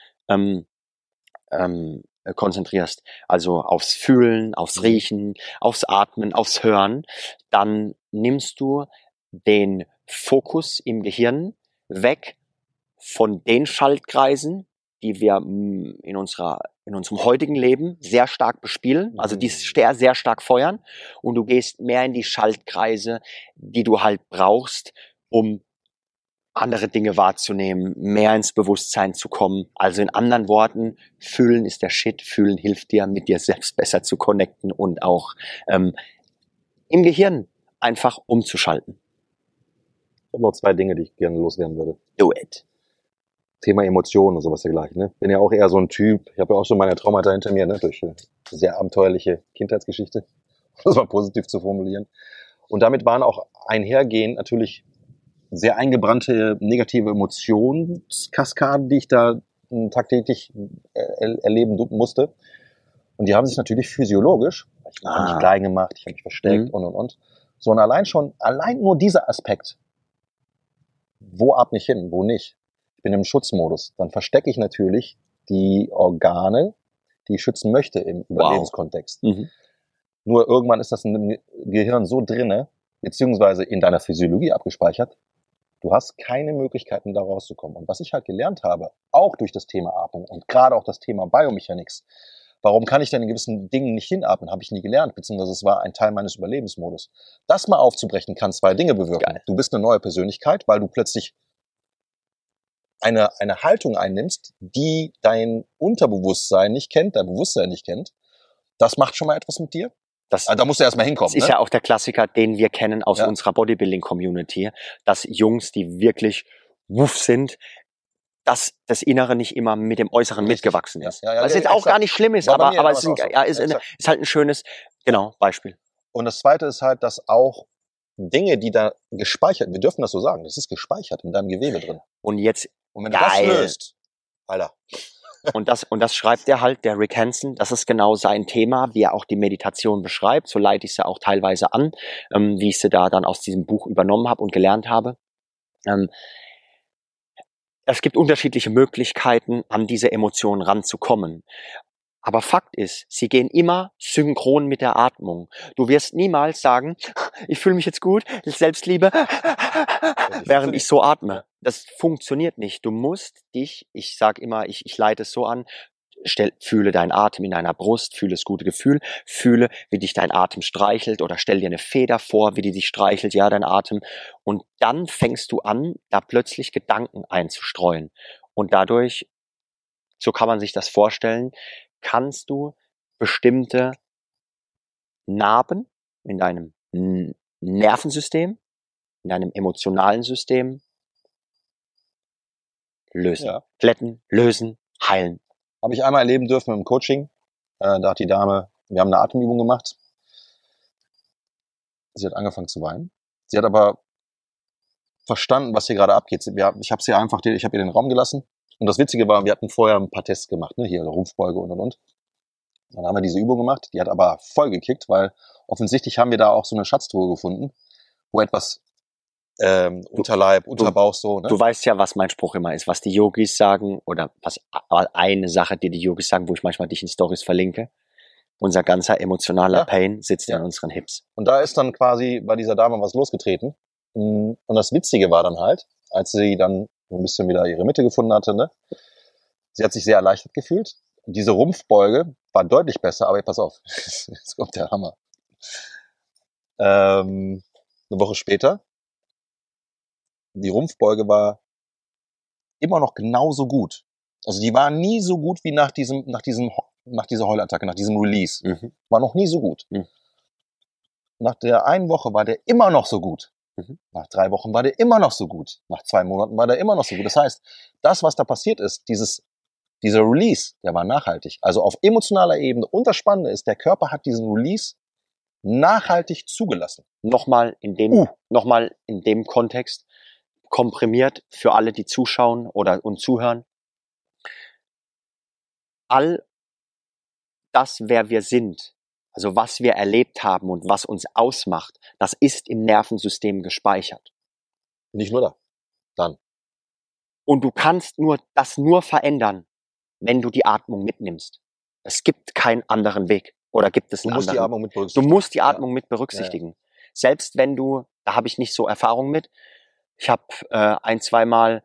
konzentrierst, also aufs Fühlen, aufs Riechen, aufs Atmen, aufs Hören, dann nimmst du den Fokus im Gehirn weg von den Schaltkreisen, die wir in unserem heutigen Leben sehr stark bespielen, also die sehr stark feuern, und du gehst mehr in die Schaltkreise, die du halt brauchst, um andere Dinge wahrzunehmen, mehr ins Bewusstsein zu kommen. Also in anderen Worten, fühlen ist der Shit. Fühlen hilft dir, mit dir selbst besser zu connecten und auch im Gehirn einfach umzuschalten. Ich habe noch 2 Dinge, die ich gerne loswerden würde. Do it. Thema Emotionen und sowas dergleichen. Ne? Bin ja auch eher so ein Typ, ich habe ja auch schon meine Traumata hinter mir, ne? Durch eine sehr abenteuerliche Kindheitsgeschichte, um das mal positiv zu formulieren. Und damit waren auch einhergehend natürlich sehr eingebrannte negative Emotionskaskaden, die ich da tagtäglich erleben musste. Und die haben sich natürlich physiologisch, ich habe mich klein gemacht, ich habe mich versteckt und. So, und allein nur dieser Aspekt, wo atme ich hin, wo nicht, ich bin im Schutzmodus, dann verstecke ich natürlich die Organe, die ich schützen möchte im Überlebenskontext. Nur irgendwann ist das im Gehirn so drinne, beziehungsweise in deiner Physiologie abgespeichert, du hast keine Möglichkeiten, da rauszukommen. Und was ich halt gelernt habe, auch durch das Thema Atmung und gerade auch das Thema Biomechanics, warum kann ich denn in gewissen Dingen nicht hinatmen, habe ich nie gelernt, beziehungsweise es war ein Teil meines Überlebensmodus. Das mal aufzubrechen kann 2 Dinge bewirken. Geil. Du bist eine neue Persönlichkeit, weil du plötzlich eine Haltung einnimmst, die dein Unterbewusstsein nicht kennt, dein Bewusstsein nicht kennt. Das macht schon mal etwas mit dir. Da musst du erstmal hinkommen. Das ist ja auch der Klassiker, den wir kennen aus unserer Bodybuilding-Community, dass Jungs, die wirklich wuff sind, dass das Innere nicht immer mit dem Äußeren mitgewachsen ist. Was jetzt auch gar nicht schlimm ist, aber es ist halt ein schönes, Beispiel. Und das Zweite ist halt, dass auch Dinge, die da gespeichert, wir dürfen das so sagen, das ist gespeichert in deinem Gewebe drin. Und wenn du das löst, Alter. Und das schreibt der Rick Hanson, das ist genau sein Thema, wie er auch die Meditation beschreibt, so leite ich sie auch teilweise an, wie ich sie da dann aus diesem Buch übernommen habe und gelernt habe. Es gibt unterschiedliche Möglichkeiten, an diese Emotionen ranzukommen. Aber Fakt ist, sie gehen immer synchron mit der Atmung. Du wirst niemals sagen, ich fühle mich jetzt gut, Selbstliebe, während ich so atme. Das funktioniert nicht. Du musst dich, ich sage immer, ich leite es so an, fühle deinen Atem in deiner Brust, fühle das gute Gefühl, fühle, wie dich dein Atem streichelt oder stell dir eine Feder vor, wie die dich streichelt, ja, dein Atem. Und dann fängst du an, da plötzlich Gedanken einzustreuen. Und dadurch, so kann man sich das vorstellen, kannst du bestimmte Narben in deinem Nervensystem, in deinem emotionalen System lösen, Ja. glätten, lösen, heilen. Habe ich einmal erleben dürfen im Coaching. Da hat die Dame, wir haben eine Atemübung gemacht. Sie hat angefangen zu weinen. Sie hat aber verstanden, was hier gerade abgeht. Ich habe ihr den Raum gelassen. Und das Witzige war, wir hatten vorher ein paar Tests gemacht, ne? Hier Rumpfbeuge und. Dann haben wir diese Übung gemacht. Die hat aber voll gekickt, weil offensichtlich haben wir da auch so eine Schatztruhe gefunden, wo etwas Unterleib, Unterbauch so. Ne? Du weißt ja, was mein Spruch immer ist, was die Yogis sagen oder was eine Sache, die Yogis sagen, wo ich manchmal dich in Stories verlinke. Unser ganzer emotionaler Pain sitzt in unseren Hips. Und da ist dann quasi bei dieser Dame was losgetreten. Und das Witzige war dann halt, als sie dann ein bisschen wieder ihre Mitte gefunden hatte, ne? Sie hat sich sehr erleichtert gefühlt. Und diese Rumpfbeuge war deutlich besser, aber pass auf, jetzt kommt der Hammer. Eine Woche später, die Rumpfbeuge war immer noch genauso gut. Also die war nie so gut wie nach dieser Heulattacke, nach diesem Release. Mhm. War noch nie so gut. Mhm. Nach der einen Woche war der immer noch so gut. Mhm. Nach 3 Wochen war der immer noch so gut. Nach 2 Monaten war der immer noch so gut. Das heißt, das, was da passiert ist, dieser Release, der war nachhaltig. Also auf emotionaler Ebene. Und das Spannende ist, der Körper hat diesen Release nachhaltig zugelassen. Nochmal in dem Kontext, komprimiert für alle, die zuschauen und zuhören. All das, wer wir sind, also was wir erlebt haben und was uns ausmacht, das ist im Nervensystem gespeichert. Nicht nur da. Dann. Und du kannst das nur verändern, wenn du die Atmung mitnimmst. Es gibt keinen anderen Weg. Oder gibt es einen anderen? Du musst die Atmung mit berücksichtigen. Du musst die Atmung mit berücksichtigen. Ja. Selbst wenn da habe ich nicht so Erfahrung mit. Ich habe 1-2 Mal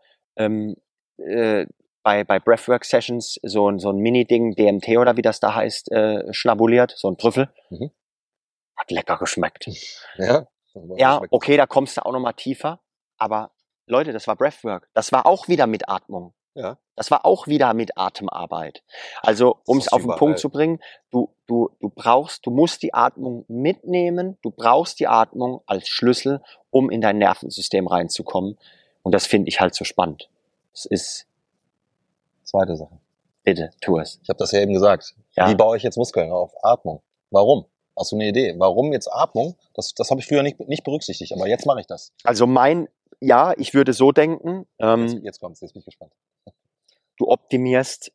bei Breathwork-Sessions so ein Mini-Ding, DMT oder wie das da heißt, schnabuliert, so ein Trüffel. Mhm. Hat lecker geschmeckt. Ja, okay, da kommst du auch nochmal tiefer. Aber Leute, das war Breathwork. Das war auch wieder mit Atmung. Ja. Das war auch wieder mit Atemarbeit. Also, um es auf den Punkt zu bringen, du musst die Atmung mitnehmen, du brauchst die Atmung als Schlüssel, um in dein Nervensystem reinzukommen. Und das finde ich halt so spannend. Das ist... Zweite Sache. Bitte, tu es. Ich habe das ja eben gesagt. Ja. Wie baue ich jetzt Muskeln auf Atmung? Warum? Hast du eine Idee? Warum jetzt Atmung? Das habe ich früher nicht berücksichtigt, aber jetzt mache ich das. Also ich würde so denken. Jetzt kommt's, jetzt bin ich gespannt. Du optimierst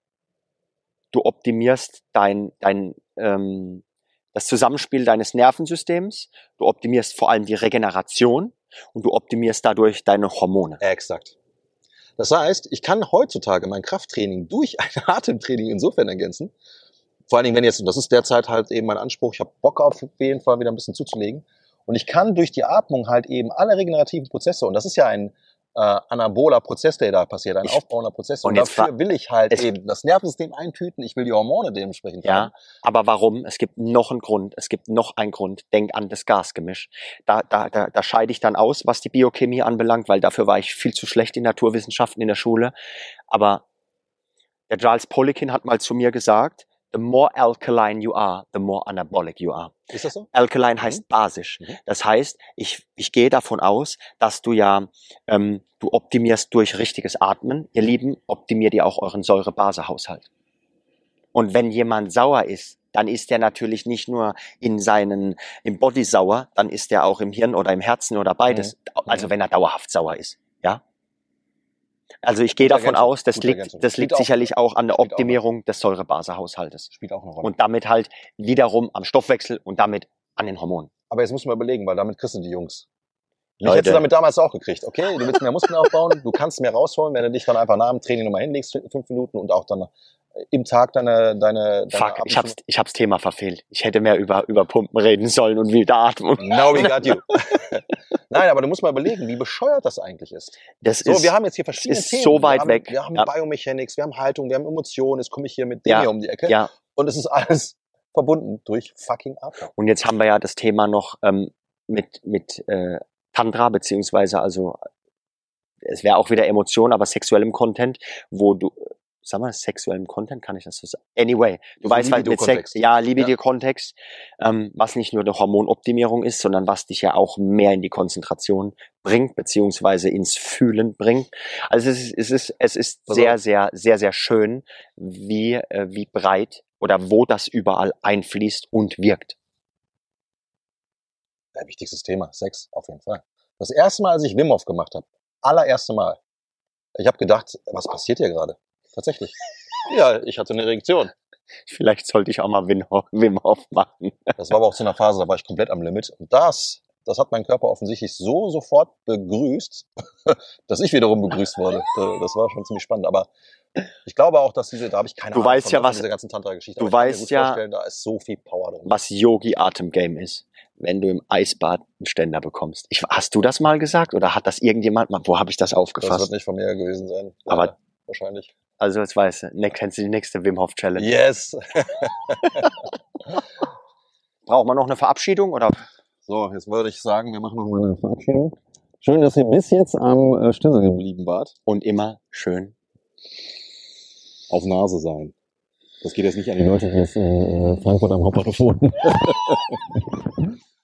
das Zusammenspiel deines Nervensystems, du optimierst vor allem die Regeneration und du optimierst dadurch deine Hormone. Exakt. Das heißt, ich kann heutzutage mein Krafttraining durch ein Atemtraining insofern ergänzen, vor allen Dingen, und das ist derzeit halt eben mein Anspruch, ich habe Bock auf jeden Fall wieder ein bisschen zuzulegen und ich kann durch die Atmung halt eben alle regenerativen Prozesse, und das ist ja ein anaboler Prozess, der da passiert, ein aufbauender Prozess. Und dafür will ich halt eben das Nervensystem eintüten, ich will die Hormone dementsprechend haben. Ja, aber warum? Es gibt noch einen Grund, denk an das Gasgemisch. Da scheide ich dann aus, was die Biochemie anbelangt, weil dafür war ich viel zu schlecht in Naturwissenschaften in der Schule. Aber der Giles Poliquin hat mal zu mir gesagt, the more alkaline you are, the more anabolic you are. Ist das so? Alkaline heißt basisch. Das heißt, ich gehe davon aus, dass du du optimierst durch richtiges Atmen. Ihr Lieben, optimiert ihr auch euren Säure-Base-Haushalt. Und wenn jemand sauer ist, dann ist der natürlich nicht nur im Body sauer, dann ist der auch im Hirn oder im Herzen oder beides. Also wenn er dauerhaft sauer ist, ja. Also ich gehe davon aus, das liegt sicherlich auch an der Optimierung des Säure-Base-Haushaltes. Spielt auch eine Rolle. Und damit halt wiederum am Stoffwechsel und damit an den Hormonen. Aber jetzt muss man überlegen, weil damit kriegst du die Jungs. Mich hättest du damit damals auch gekriegt. Okay, du willst mehr Muskeln aufbauen, du kannst mehr rausholen, wenn du dich dann einfach nach dem Training nochmal hinlegst, 5 Minuten und auch dann im Tag deine Fuck, ich hab's Thema verfehlt. Ich hätte mehr über Pumpen reden sollen und Wilderatmung. Now we got you. Nein, aber du musst mal überlegen, wie bescheuert das eigentlich ist. Wir haben jetzt hier verschiedene Themen. So weit weg. Wir haben Biomechanics, wir haben Haltung, wir haben Emotionen, jetzt komme ich hier mit dem hier um die Ecke. Ja. Und es ist alles verbunden durch fucking Atmung. Und jetzt haben wir ja das Thema noch mit Tantra, beziehungsweise also es wäre auch wieder Emotion, aber sexuellem Content, wo du, sag mal, sexuellem Content, kann ich das so sagen? Anyway, du weißt halt mit Sex, Libido-Kontext, was nicht nur eine Hormonoptimierung ist, sondern was dich ja auch mehr in die Konzentration bringt, beziehungsweise ins Fühlen bringt. Also es ist sehr, sehr, sehr, sehr schön, wie breit oder wo das überall einfließt und wirkt. Ein wichtigstes Thema, Sex, auf jeden Fall. Das erste Mal, als ich Wim Hof gemacht habe, allererste Mal, ich habe gedacht, was passiert hier gerade? Tatsächlich. Ja, ich hatte eine Erektion. Vielleicht sollte ich auch mal Wim Hof machen. Das war aber auch zu einer Phase, da war ich komplett am Limit. Und das hat mein Körper offensichtlich so sofort begrüßt, dass ich wiederum begrüßt wurde. Das war schon ziemlich spannend. Aber ich glaube auch, dass da habe ich keine Ahnung von dieser ganzen Tantra-Geschichte. Du weißt ja, da ist so viel Power drin. Was Yogi-Atemgame ist, wenn du im Eisbad einen Ständer bekommst. Hast du das mal gesagt oder hat das irgendjemand mal, wo habe ich das aufgefasst? Das wird nicht von mir gewesen sein. Aber wahrscheinlich. Also jetzt weißt du, kennst du die nächste Wim Hof Challenge? Yes! Braucht man noch eine Verabschiedung oder? So, jetzt würde ich sagen, wir machen noch mal eine Verabschiedung. Schön, dass ihr bis jetzt am Stissel geblieben wart. Und immer schön auf Nase sein. Das geht jetzt nicht an die Leute, die jetzt in Frankfurt am Hauptbahnhof wohnen.